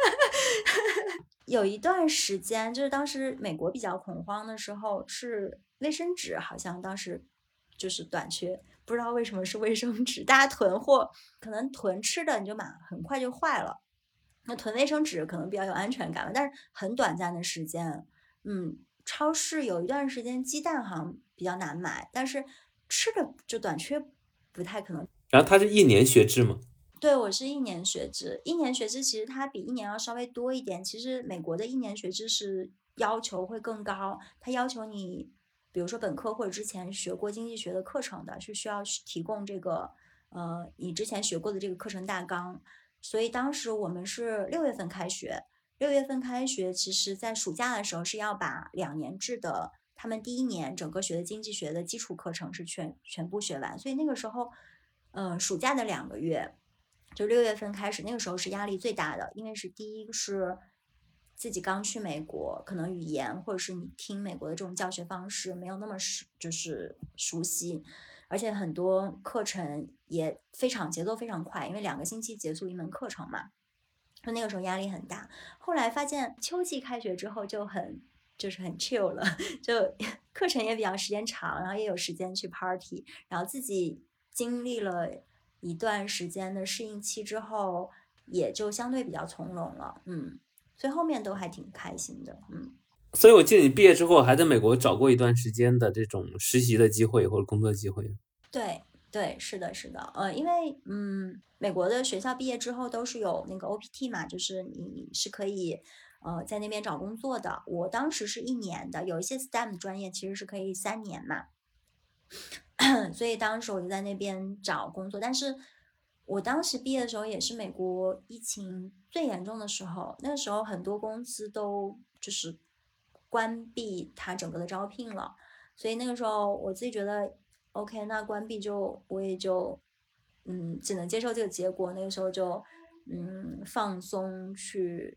有一段时间，就是当时美国比较恐慌的时候，是卫生纸好像当时就是短缺，不知道为什么是卫生纸，大家囤货，可能囤吃的你就买很快就坏了，那囤卫生纸可能比较有安全感吧，但是很短暂的时间。嗯，超市有一段时间鸡蛋好像比较难买，但是吃的就短缺不太可能。 然后它是一年学制吗？ 对，我是一年学制，一年学制其实它比一年要稍微多一点。其实美国的一年学制是要求会更高，它要求你，比如说本科或者之前学过经济学的课程的，是需要提供这个呃你之前学过的这个课程大纲。所以当时我们是六月份开学，六月份开学，其实在暑假的时候是要把两年制的他们第一年整个学的经济学的基础课程是全全部学完，所以那个时候，呃，暑假的两个月。就六月份开始，那个时候是压力最大的，因为是第一是自己刚去美国，可能语言或者是你听美国的这种教学方式没有那么熟，就是熟悉，而且很多课程也非常节奏非常快，因为两个星期结束一门课程嘛，就那个时候压力很大。后来发现秋季开学之后就很就是很 chill 了，就课程也比较时间长，然后也有时间去 party， 然后自己经历了一段时间的适应期之后，也就相对比较从容了。嗯，所以后面都还挺开心的。嗯， 所以我记得你毕业之后还在美国找过一段时间的这种实习的机会或者工作机会。 对对，是的，是的。呃，因为嗯，美国的学校毕业之后都是有那个 O P T 嘛，就是你是可以呃在那边找工作的。我当时是一年的，有一些 S T E M 专业其实是可以三年嘛。所以当时我就在那边找工作，但是我当时毕业的时候也是美国疫情最严重的时候，那个时候很多公司都就是关闭它整个的招聘了，所以那个时候我自己觉得 OK， 那关闭就我也就嗯只能接受这个结果，那个时候就嗯放松去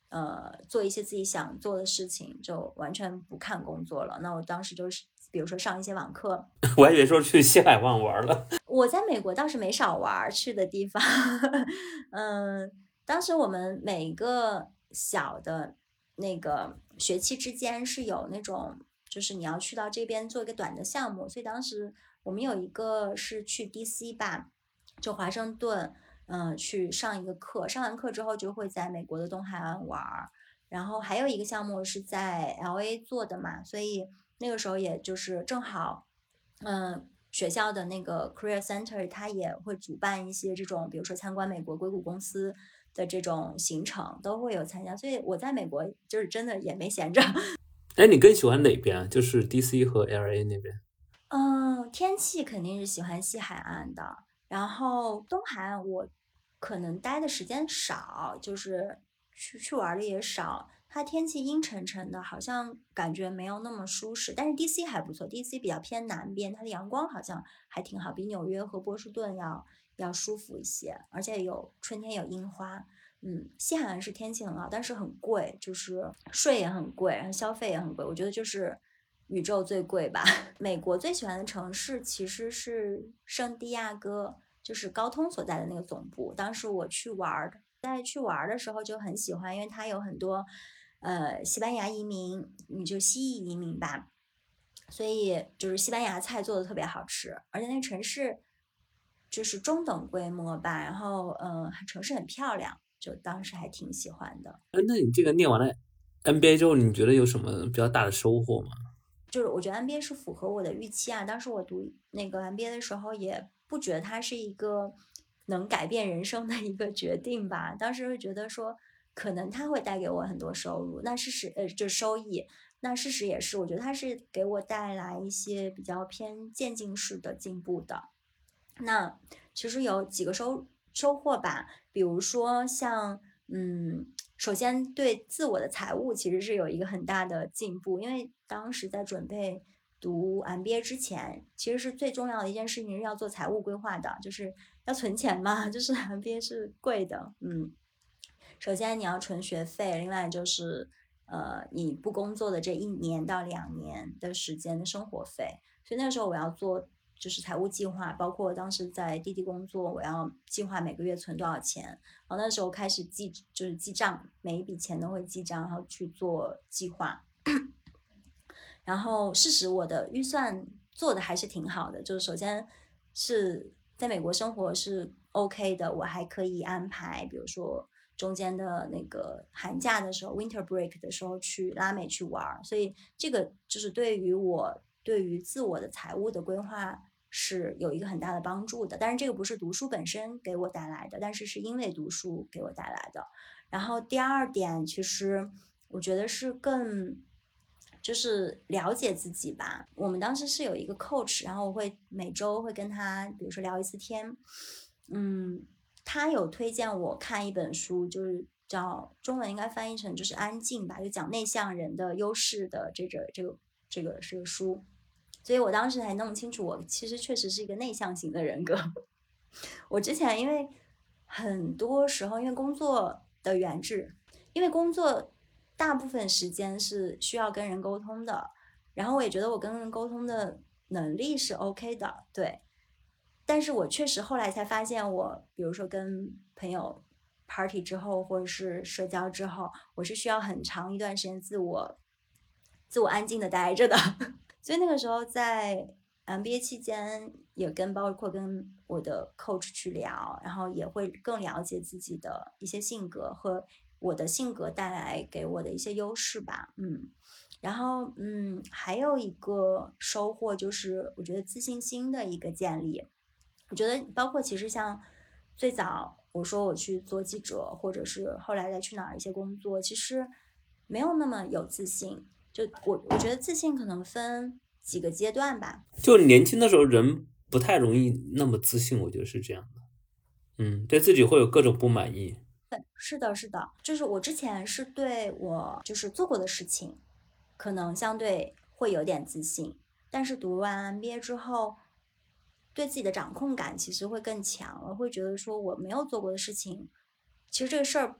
呃做一些自己想做的事情，就完全不看工作了。那我当时就是比如说上一些网课， 我还以为说去西海岸玩了。 我在美国倒是没少玩去的地方。嗯，当时我们每个小的那个学期之间是有那种就是你要去到这边做一个短的项目，所以当时我们有一个是去 D C 吧，就华盛顿，嗯、呃，去上一个课，上完课之后就会在美国的东海岸玩。然后还有一个项目是在 L A 做的嘛，所以那个时候也就是正好，嗯，学校的那个 Career Center 它也会主办一些这种，比如说参观美国硅谷公司的这种行程，都会有参加。所以我在美国就是真的也没闲着。 哎，你更喜欢哪边？就是 D C 和 L A 那边？ 嗯，天气肯定是喜欢西海岸的，然后东海岸我可能待的时间少，就是去去玩的也少。它天气阴沉沉的，好像感觉没有那么舒适。但是 D C 还不错 ，D C 比较偏南边，它的阳光好像还挺好，比纽约和波士顿要要舒服一些，而且有春天有樱花。嗯，西海岸是天气很好，但是很贵，就是税也很贵，然后消费也很贵。我觉得就是宇宙最贵吧。美国最喜欢的城市其实是圣地亚哥，就是高通所在的那个总部。当时我去玩，在去玩的时候就很喜欢，因为它有很多呃西班牙移民，你就西裔移民吧，所以就是西班牙菜做的特别好吃，而且那个城市就是中等规模吧，然后呃城市很漂亮，就当时还挺喜欢的。 哎，那你这个念完了 N B A 之后，你觉得有什么比较大的收获吗？ 就是我觉得 M B A 是符合我的预期啊。当时我读那个 M B A 的时候，也不觉得它是一个能改变人生的一个决定吧。当时会觉得说，可能它会带给我很多收入，那事实呃就是收益。那事实也是，我觉得它是给我带来一些比较偏渐进式的进步的。那其实有几个收收获吧，比如说像嗯。首先对自我的财务其实是有一个很大的进步，因为当时在准备读 M B A 之前，其实是最重要的一件事情是要做财务规划的，就是要存钱嘛，就是 M B A 是贵的。嗯，首先你要存学费，另外就是呃你不工作的这一年到两年的时间的生活费，所以那个时候我要做就是财务计划，包括我当时在滴滴工作，我要计划每个月存多少钱，然后那时候开始记，就是记账，每一笔钱都会记账，然后去做计划。然后事实我的预算做的还是挺好的，就是首先是在美国生活是 OK 的，我还可以安排，比如说中间的那个寒假的时候 winter break 的时候去拉美去玩，所以这个就是对于我对于自我的财务的规划是有一个很大的帮助的。但是这个不是读书本身给我带来的，但是是因为读书给我带来的。然后第二点其实我觉得是更就是了解自己吧。我们当时是有一个 coach， 然后我会每周会跟他比如说聊一次天。嗯，他有推荐我看一本书，就是叫中文应该翻译成就是安静吧，就讲内向人的优势的这个这个这个这个书。所以我当时才弄清楚我其实确实是一个内向型的人格。我之前因为很多时候因为工作的原制，因为工作大部分时间是需要跟人沟通的，然后我也觉得我跟人沟通的能力是 OK 的，对。但是我确实后来才发现我比如说跟朋友 party 之后或者是社交之后，我是需要很长一段时间自我自我安静的待着的。所以那个时候在 M B A 期间也跟包括跟我的 coach 去聊，然后也会更了解自己的一些性格和我的性格带来给我的一些优势吧。嗯，然后嗯还有一个收获就是我觉得自信心的一个建立。我觉得包括其实像最早我说我去做记者，或者是后来再去哪儿一些工作，其实没有那么有自信。就我我觉得自信可能分几个阶段吧。 就年轻的时候人不太容易那么自信，我觉得是这样的。嗯，对自己会有各种不满意。 对，是的，是的，就是我之前是对我就是做过的事情，可能相对会有点自信，但是读完 M B A 之后，对自己的掌控感其实会更强了，会觉得说我没有做过的事情，其实这个事儿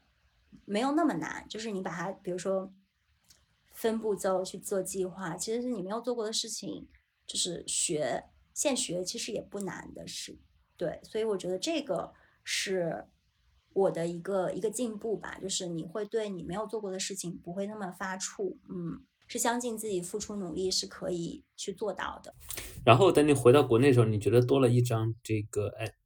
没有那么难，就是你把它比如说分步骤去做计划，其实是你没有做过的事情，就是学现学其实也不难的事。对，所以我觉得这个是我的一个一个进步吧，就是你会对你没有做过的事情不会那么发怵，嗯，是相信自己付出努力是可以去做到的。 然后等你回到国内的时候，你觉得多了一张这个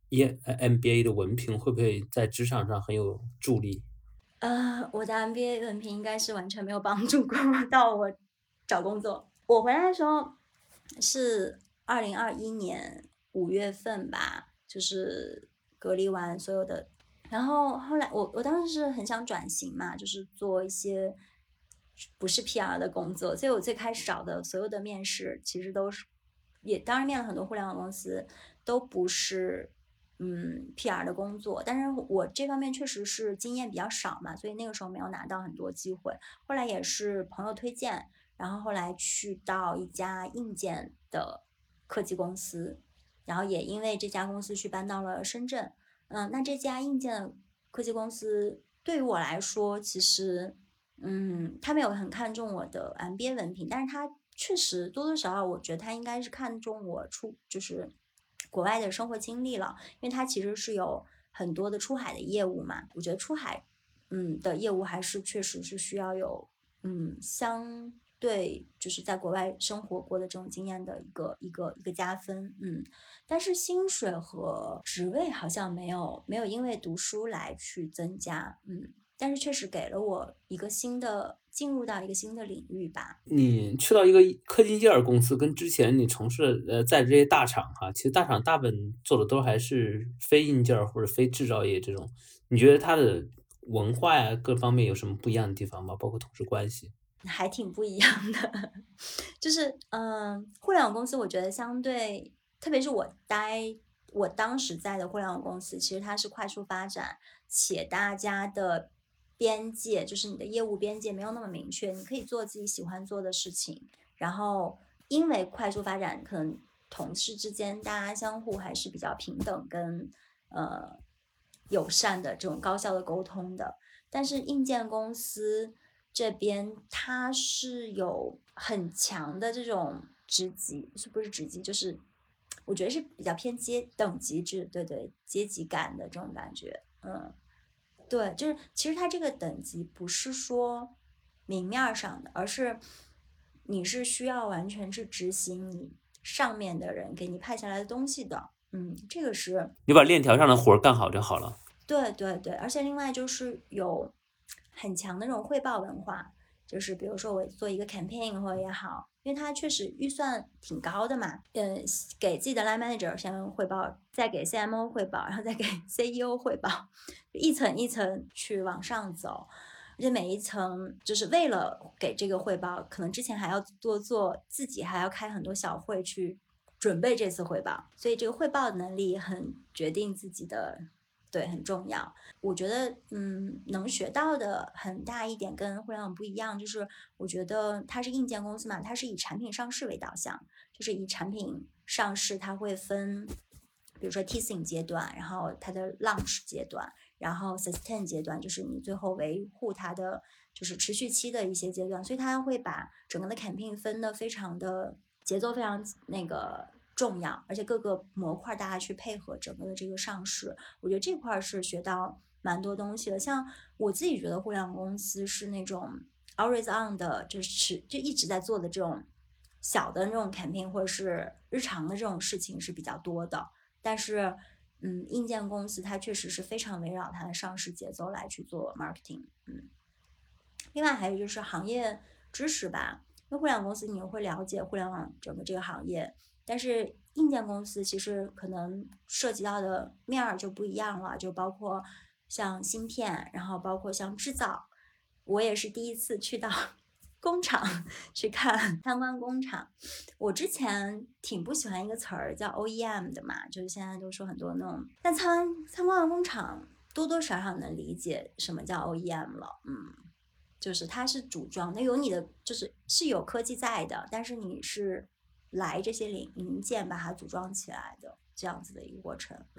M B A 的文凭，会不会在职场上很有助力？ 呃，我的 M B A 文凭应该是完全没有帮助过到我找工作。我回来的时候是二零二一年五月份吧，就是隔离完所有的，然后后来我我当时是很想转型嘛，就是做一些不是 P R 的工作，所以我最开始找的所有的面试其实都是，也当然面了很多互联网公司，都不是嗯 P R 的工作，但是我这方面确实是经验比较少嘛，所以那个时候没有拿到很多机会。后来也是朋友推荐，然后后来去到一家硬件的科技公司，然后也因为这家公司去搬到了深圳。嗯，那这家硬件科技公司对于我来说，其实嗯，他没有很看重我的 M B A 文凭，但是他确实多多少少，我觉得他应该是看重我出就是国外的生活经历了，因为他其实是有很多的出海的业务嘛。我觉得出海嗯的业务还是确实是需要有嗯相对就是在国外生活过的这种经验的一个一个一个加分。嗯，但是薪水和职位好像没有没有因为读书来去增加。嗯，但是确实给了我一个新的进入到一个新的领域吧。 你去到一个科技硬件公司，跟之前你从事呃在这些大厂哈，其实大厂大部分做的都还是非硬件或者非制造业这种，你觉得它的文化呀各方面有什么不一样的地方吗？包括同事关系？ 还挺不一样的，就是嗯、呃，互联网公司我觉得相对，特别是我待我当时在的互联网公司，其实它是快速发展，且大家的边界就是你的业务边界没有那么明确，你可以做自己喜欢做的事情，然后因为快速发展，可能同事之间大家相互还是比较平等跟呃友善的这种高效的沟通的。但是硬件公司这边它是有很强的这种职级，是不是职级，就是我觉得是比较偏阶等级制，对对，阶级感的这种感觉。嗯，对，就是其实它这个等级不是说明面上的，而是你是需要完全是执行你上面的人给你派下来的东西的。嗯，这个是你把链条上的活干好就好了。 对对对，而且另外就是有很强的那种汇报文化，就是比如说我做一个 campaign 或者也好，因为它确实预算挺高的嘛，嗯，给自己的 line manager 先汇报，再给 C M O 汇报，然后再给 C E O 汇报，一层一层去往上走。而且每一层就是为了给这个汇报，可能之前还要多做，自己还要开很多小会去准备这次汇报，所以这个汇报能力很决定自己的，对，很重要。我觉得嗯，能学到的很大一点跟互联网不一样，就是我觉得它是硬件公司嘛，它是以产品上市为导向，就是以产品上市它会分比如说 teasing 阶段，然后它的 launch 阶段，然后 sustain 阶段，就是你最后维护它的就是持续期的一些阶段，所以它会把整个的 campaign 分得非常的节奏非常那个重要，而且各个模块大家去配合整个的这个上市，我觉得这块是学到蛮多东西的。像我自己觉得互联网公司是那种 always on 的，就是就一直在做的这种小的那种 campaign 或者是日常的这种事情是比较多的，但是嗯，硬件公司它确实是非常围绕它的上市节奏来去做 marketing。 嗯，另外还有就是行业知识吧，因为互联网公司你会了解互联网整个这个行业，但是硬件公司其实可能涉及到的面儿就不一样了，就包括像芯片，然后包括像制造。我也是第一次去到工厂去看参观工厂。我之前挺不喜欢一个词儿叫 O E M 的嘛，就是现在都说很多那种，但参参观完工厂多多少少能理解什么叫 O E M 了。嗯，就是它是组装，那有你的就是是有科技在的，但是你是来这些零零件把它组装起来的这样子的一个过程。反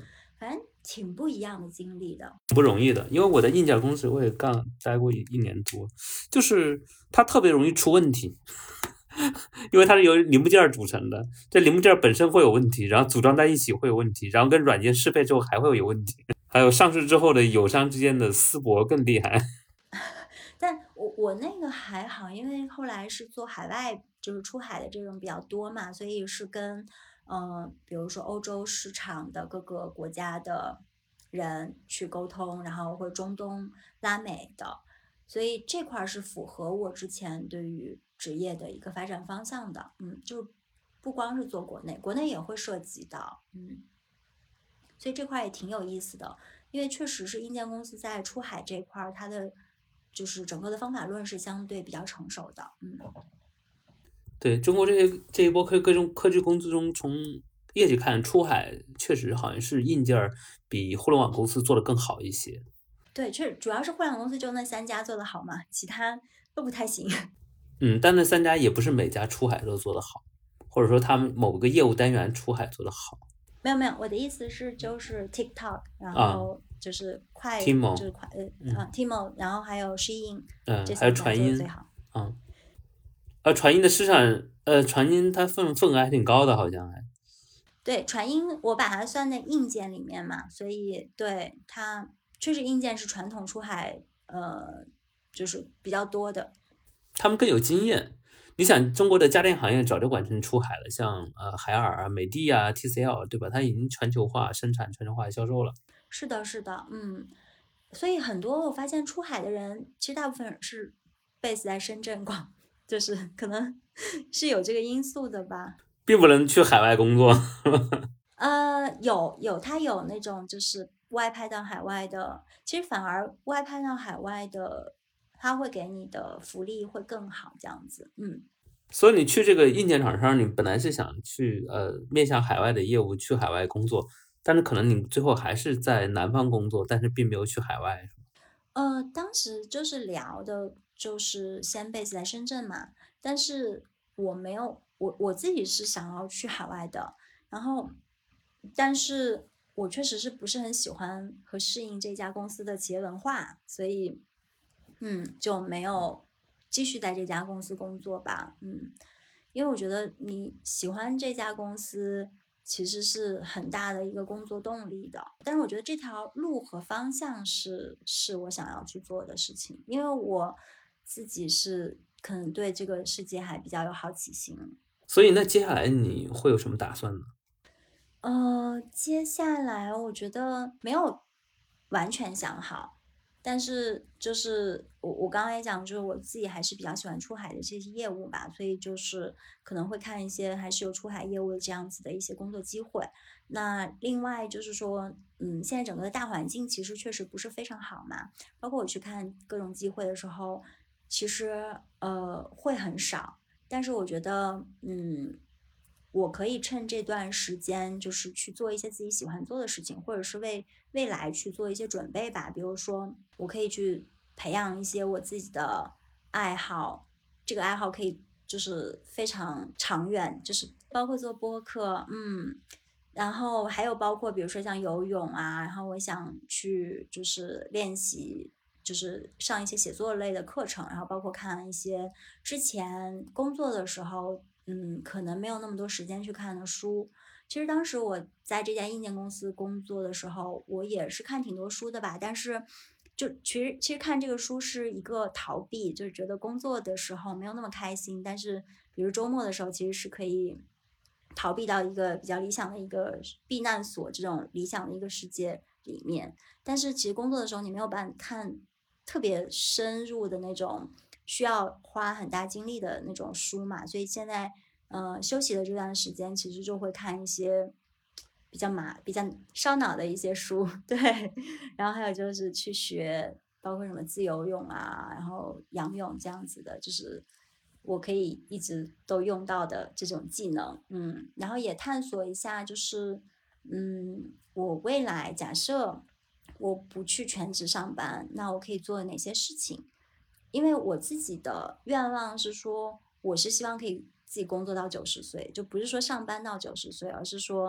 反正挺不一样的经历的， 不容易的。因为我在硬件公司我也干待过一一年多，就是它特别容易出问题。因为它是由零部件组成的，这零部件本身会有问题，然后组装在一起会有问题，然后跟软件适配之后还会有问题，还有上市之后的友商之间的私博更厉害。 但我我那个还好，因为后来是做海外，就是出海的这种比较多嘛，所以是跟呃，比如说欧洲市场的各个国家的人去沟通，然后或者中东、拉美的，所以这块是符合我之前对于职业的一个发展方向的。嗯，就不光是做国内，国内也会涉及到，嗯，所以这块也挺有意思的，因为确实是硬件公司在出海这块，它的就是整个的方法论是相对比较成熟的。嗯， 对，中国这些这一波科各种科技公司中，从业绩看，出海确实好像是硬件比互联网公司做的更好一些。 对，确实主要是互联网公司就那三家做的好嘛，其他都不太行。 嗯，但那三家也不是每家出海都做得好，或者说他们某个业务单元出海做得好。 没有没有，我的意思是就是 TikTok， 然后就是快、 啊、Timo 就是快呃啊 Timo， 然后还有 Shein， 嗯， 这还有传音最好。 嗯，呃，传音的市场，呃，传音它份份额还挺高的，好像还。 对，传音我把它算在硬件里面嘛，所以对它确实硬件是传统出海呃就是比较多的。 他们更有经验。你想，中国的家电行业早就完成出海了，像呃海尔啊、美的啊、T C L， 对吧？它已经全球化生产、全球化销售了。 是的，是的，嗯。所以很多我发现出海的人，其实大部分是 base 在深圳广，就是可能是有这个因素的吧。 并不能去海外工作。 呃，有有，他有那种就是外派到海外的，其实反而外派到海外的，他会给你的福利会更好，这样子，嗯。 所以你去这个硬件厂商，你本来是想去呃面向海外的业务，去海外工作，但是可能你最后还是在南方工作，但是并没有去海外。 呃，当时就是聊的，就是先 base 在深圳嘛，但是我没有，我我自己是想要去海外的，然后，但是我确实是不是很喜欢和适应这家公司的企业文化，所以，嗯，就没有继续在这家公司工作吧，嗯，因为我觉得你喜欢这家公司，其实是很大的一个工作动力的，但是我觉得这条路和方向是是我想要去做的事情，因为我自己是可能对这个世界还比较有好奇心。 所以那接下来你会有什么打算呢？ 呃，接下来我觉得没有完全想好，但是就是我我刚才讲，就是我自己还是比较喜欢出海的这些业务吧，所以就是可能会看一些还是有出海业务的这样子的一些工作机会。那另外就是说，嗯，现在整个的大环境其实确实不是非常好嘛，包括我去看各种机会的时候，其实呃会很少，但是我觉得嗯。我可以趁这段时间，就是去做一些自己喜欢做的事情，或者是为未来去做一些准备吧。比如说，我可以去培养一些我自己的爱好，这个爱好可以就是非常长远，就是包括做播客，嗯，然后还有包括比如说像游泳啊，然后我想去就是练习。就是上一些写作类的课程，然后包括看一些之前工作的时候。嗯，可能没有那么多时间去看的书。其实当时我在这家硬件公司工作的时候，我也是看挺多书的吧。但是，就其实其实看这个书是一个逃避，就是觉得工作的时候没有那么开心。但是，比如周末的时候，其实是可以逃避到一个比较理想的一个避难所这种理想的一个世界里面。但是，其实工作的时候你没有办法看特别深入的那种。需要花很大精力的那种书嘛，所以现在呃休息的这段时间，其实就会看一些比较麻、比较烧脑的一些书，对。然后还有就是去学，包括什么自由泳啊，然后仰泳这样子的，就是我可以一直都用到的这种技能，嗯。然后也探索一下，就是嗯，我未来假设我不去全职上班，那我可以做哪些事情？因为我自己的愿望是说，我是希望可以自己工作到九十岁，就不是说上班到九十岁，而是说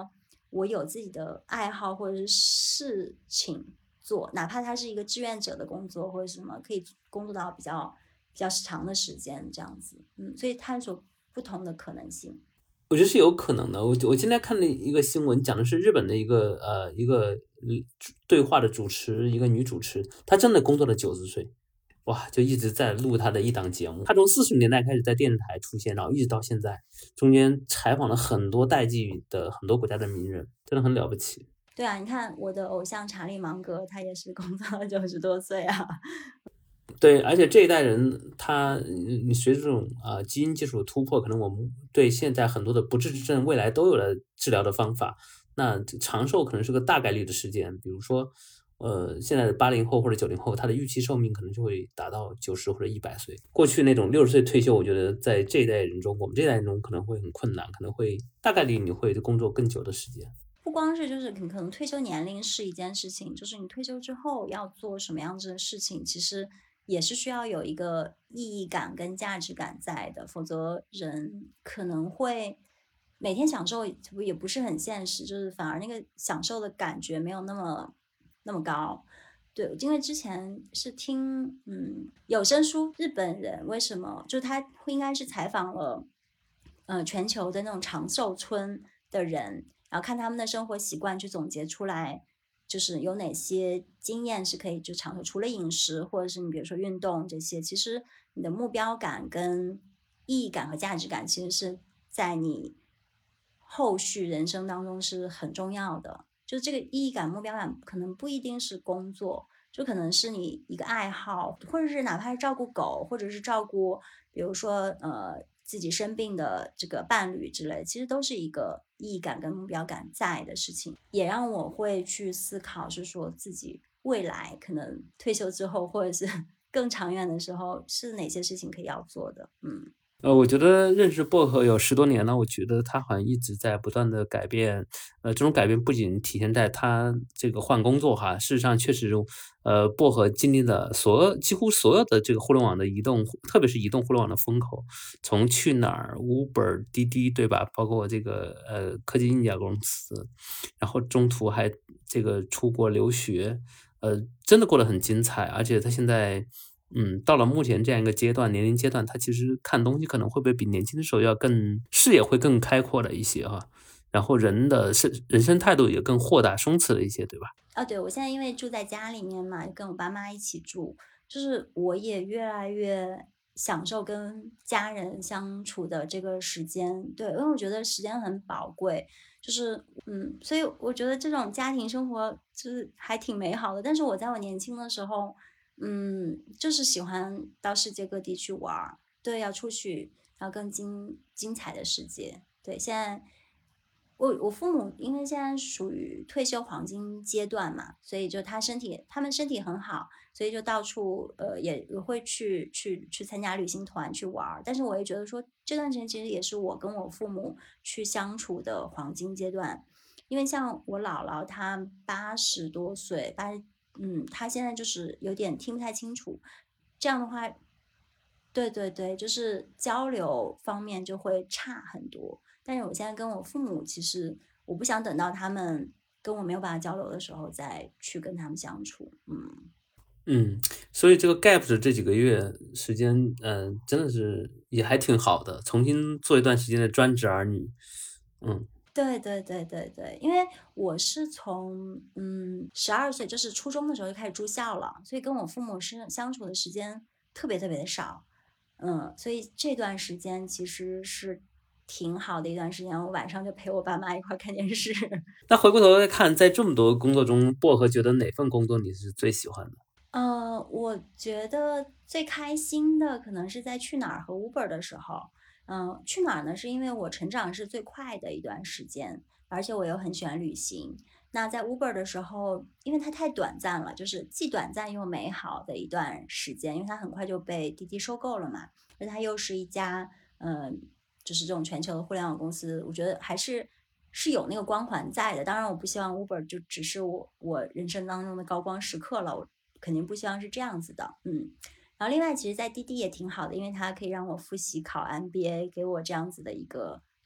我有自己的爱好或者是事情做，哪怕它是一个志愿者的工作或者什么，可以工作到比较比较长的时间这样子。嗯，所以探索不同的可能性。 我觉得是有可能的。我我今天看了一个新闻，讲的是日本的一个呃一个对话的主持，一个女主持，她真的工作了九十岁，哇，就一直在录她的一档节目。她从四十年代开始在电视台出现，然后一直到现在，中间采访了很多代际的很多国家的名人，真的很了不起。 对啊，你看我的偶像查理芒格，他也是工作了九十多岁啊。 对，而且这一代人，他你随着这种啊、呃、基因技术的突破，可能我们对现在很多的不治之症，未来都有了治疗的方法。那长寿可能是个大概率的事件，比如说，呃，现在的八零后或者九零后，他的预期寿命可能就会达到九十或者一百岁。过去那种六十岁退休，我觉得在这一代人中，我们这一代人中可能会很困难，可能会大概率你会工作更久的时间。 不光是就是你可能退休年龄是一件事情，就是你退休之后要做什么样子的事情，其实也是需要有一个意义感跟价值感在的，否则人可能会每天享受也不是很现实，就是反而那个享受的感觉没有那么那么高。对，因为之前是听嗯有声书，日本人为什么就他应该是采访了呃全球的那种长寿村的人，然后看他们的生活习惯，去总结出来，就是有哪些经验是可以就长寿，除了饮食或者是你比如说运动这些，其实你的目标感跟意义感和价值感，其实是在你后续人生当中是很重要的。就这个意义感、目标感，可能不一定是工作，就可能是你一个爱好，或者是哪怕是照顾狗，或者是照顾，比如说呃。自己生病的这个伴侣之类，其实都是一个意义感跟目标感在的事情，也让我会去思考，是说自己未来可能退休之后，或者是更长远的时候，是哪些事情可以要做的。嗯。 呃，我觉得认识薄荷有十多年了，我觉得他好像一直在不断的改变。呃，这种改变不仅体现在他这个换工作哈，事实上确实，呃，薄荷经历了所有几乎所有的这个互联网的移动，特别是移动互联网的风口，从去哪儿、Uber、滴滴，对吧？包括这个呃科技硬件公司，然后中途还这个出国留学，呃，真的过得很精彩，而且他现在。嗯，到了目前这样一个阶段，年龄阶段，他其实看东西可能会不会比年轻的时候要更视野会更开阔了一些哈，然后人的生人生态度也更豁达松弛了一些，对吧？ 啊，对，我现在因为住在家里面嘛，跟我爸妈一起住，就是我也越来越享受跟家人相处的这个时间，对，因为我觉得时间很宝贵，就是嗯，所以我觉得这种家庭生活就是还挺美好的。但是我在我年轻的时候。嗯，就是喜欢到世界各地去玩，对，要出去，然后更精精彩的世界。对，现在我我父母因为现在属于退休黄金阶段嘛，所以就他身体，他们身体很好，所以就到处呃也也会去去去参加旅行团去玩。但是我也觉得说这段时间其实也是我跟我父母去相处的黄金阶段，因为像我姥姥她八十多岁，八十。嗯，他现在就是有点听不太清楚，这样的话，对对对，就是交流方面就会差很多。但是我现在跟我父母，其实我不想等到他们跟我没有办法交流的时候再去跟他们相处。嗯嗯，所以这个 gap 的这几个月时间，嗯、呃，真的是也还挺好的，重新做一段时间的专职儿女。嗯。 对对对对对，因为我是从嗯十二岁，就是初中的时候就开始住校了，所以跟我父母是相处的时间特别特别的少，嗯，所以这段时间其实是挺好的一段时间，我晚上就陪我爸妈一块看电视。 那回过头来看，在这么多工作中，薄荷觉得哪份工作你是最喜欢的？ 呃，我觉得最开心的可能是在去哪儿和 Uber 的时候。嗯、呃，去哪儿呢？是因为我成长是最快的一段时间，而且我又很喜欢旅行。那在 Uber 的时候，因为它太短暂了，就是既短暂又美好的一段时间，因为它很快就被滴滴收购了嘛，而它又是一家嗯、呃，就是这种全球的互联网公司，我觉得还是是有那个光环在的。当然，我不希望 Uber 就只是我我人生当中的高光时刻了，我肯定不希望是这样子的，嗯。然后另外，其实，在滴滴也挺好的，因为它可以让我复习考 M B A，给我这样子的一个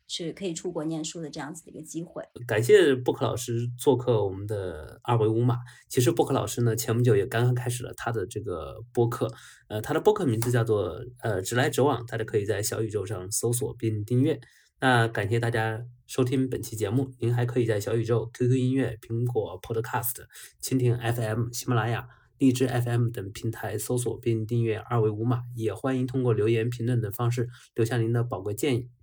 是可以出国念书的这样子的一个机会。 感谢播客老师做客我们的二维五码。其实播客老师呢，前不久也刚刚开始了他的这个播客，呃，他的播客名字叫做呃直来直往，大家可以在小宇宙上搜索并订阅。那感谢大家收听本期节目，您还可以在小宇宙、Q Q 音乐、苹果 Podcast、蜻蜓 F M、喜马拉雅、荔枝 F M 等平台搜索并订阅二维五码，也欢迎通过留言、评论等方式留下您的宝贵建议。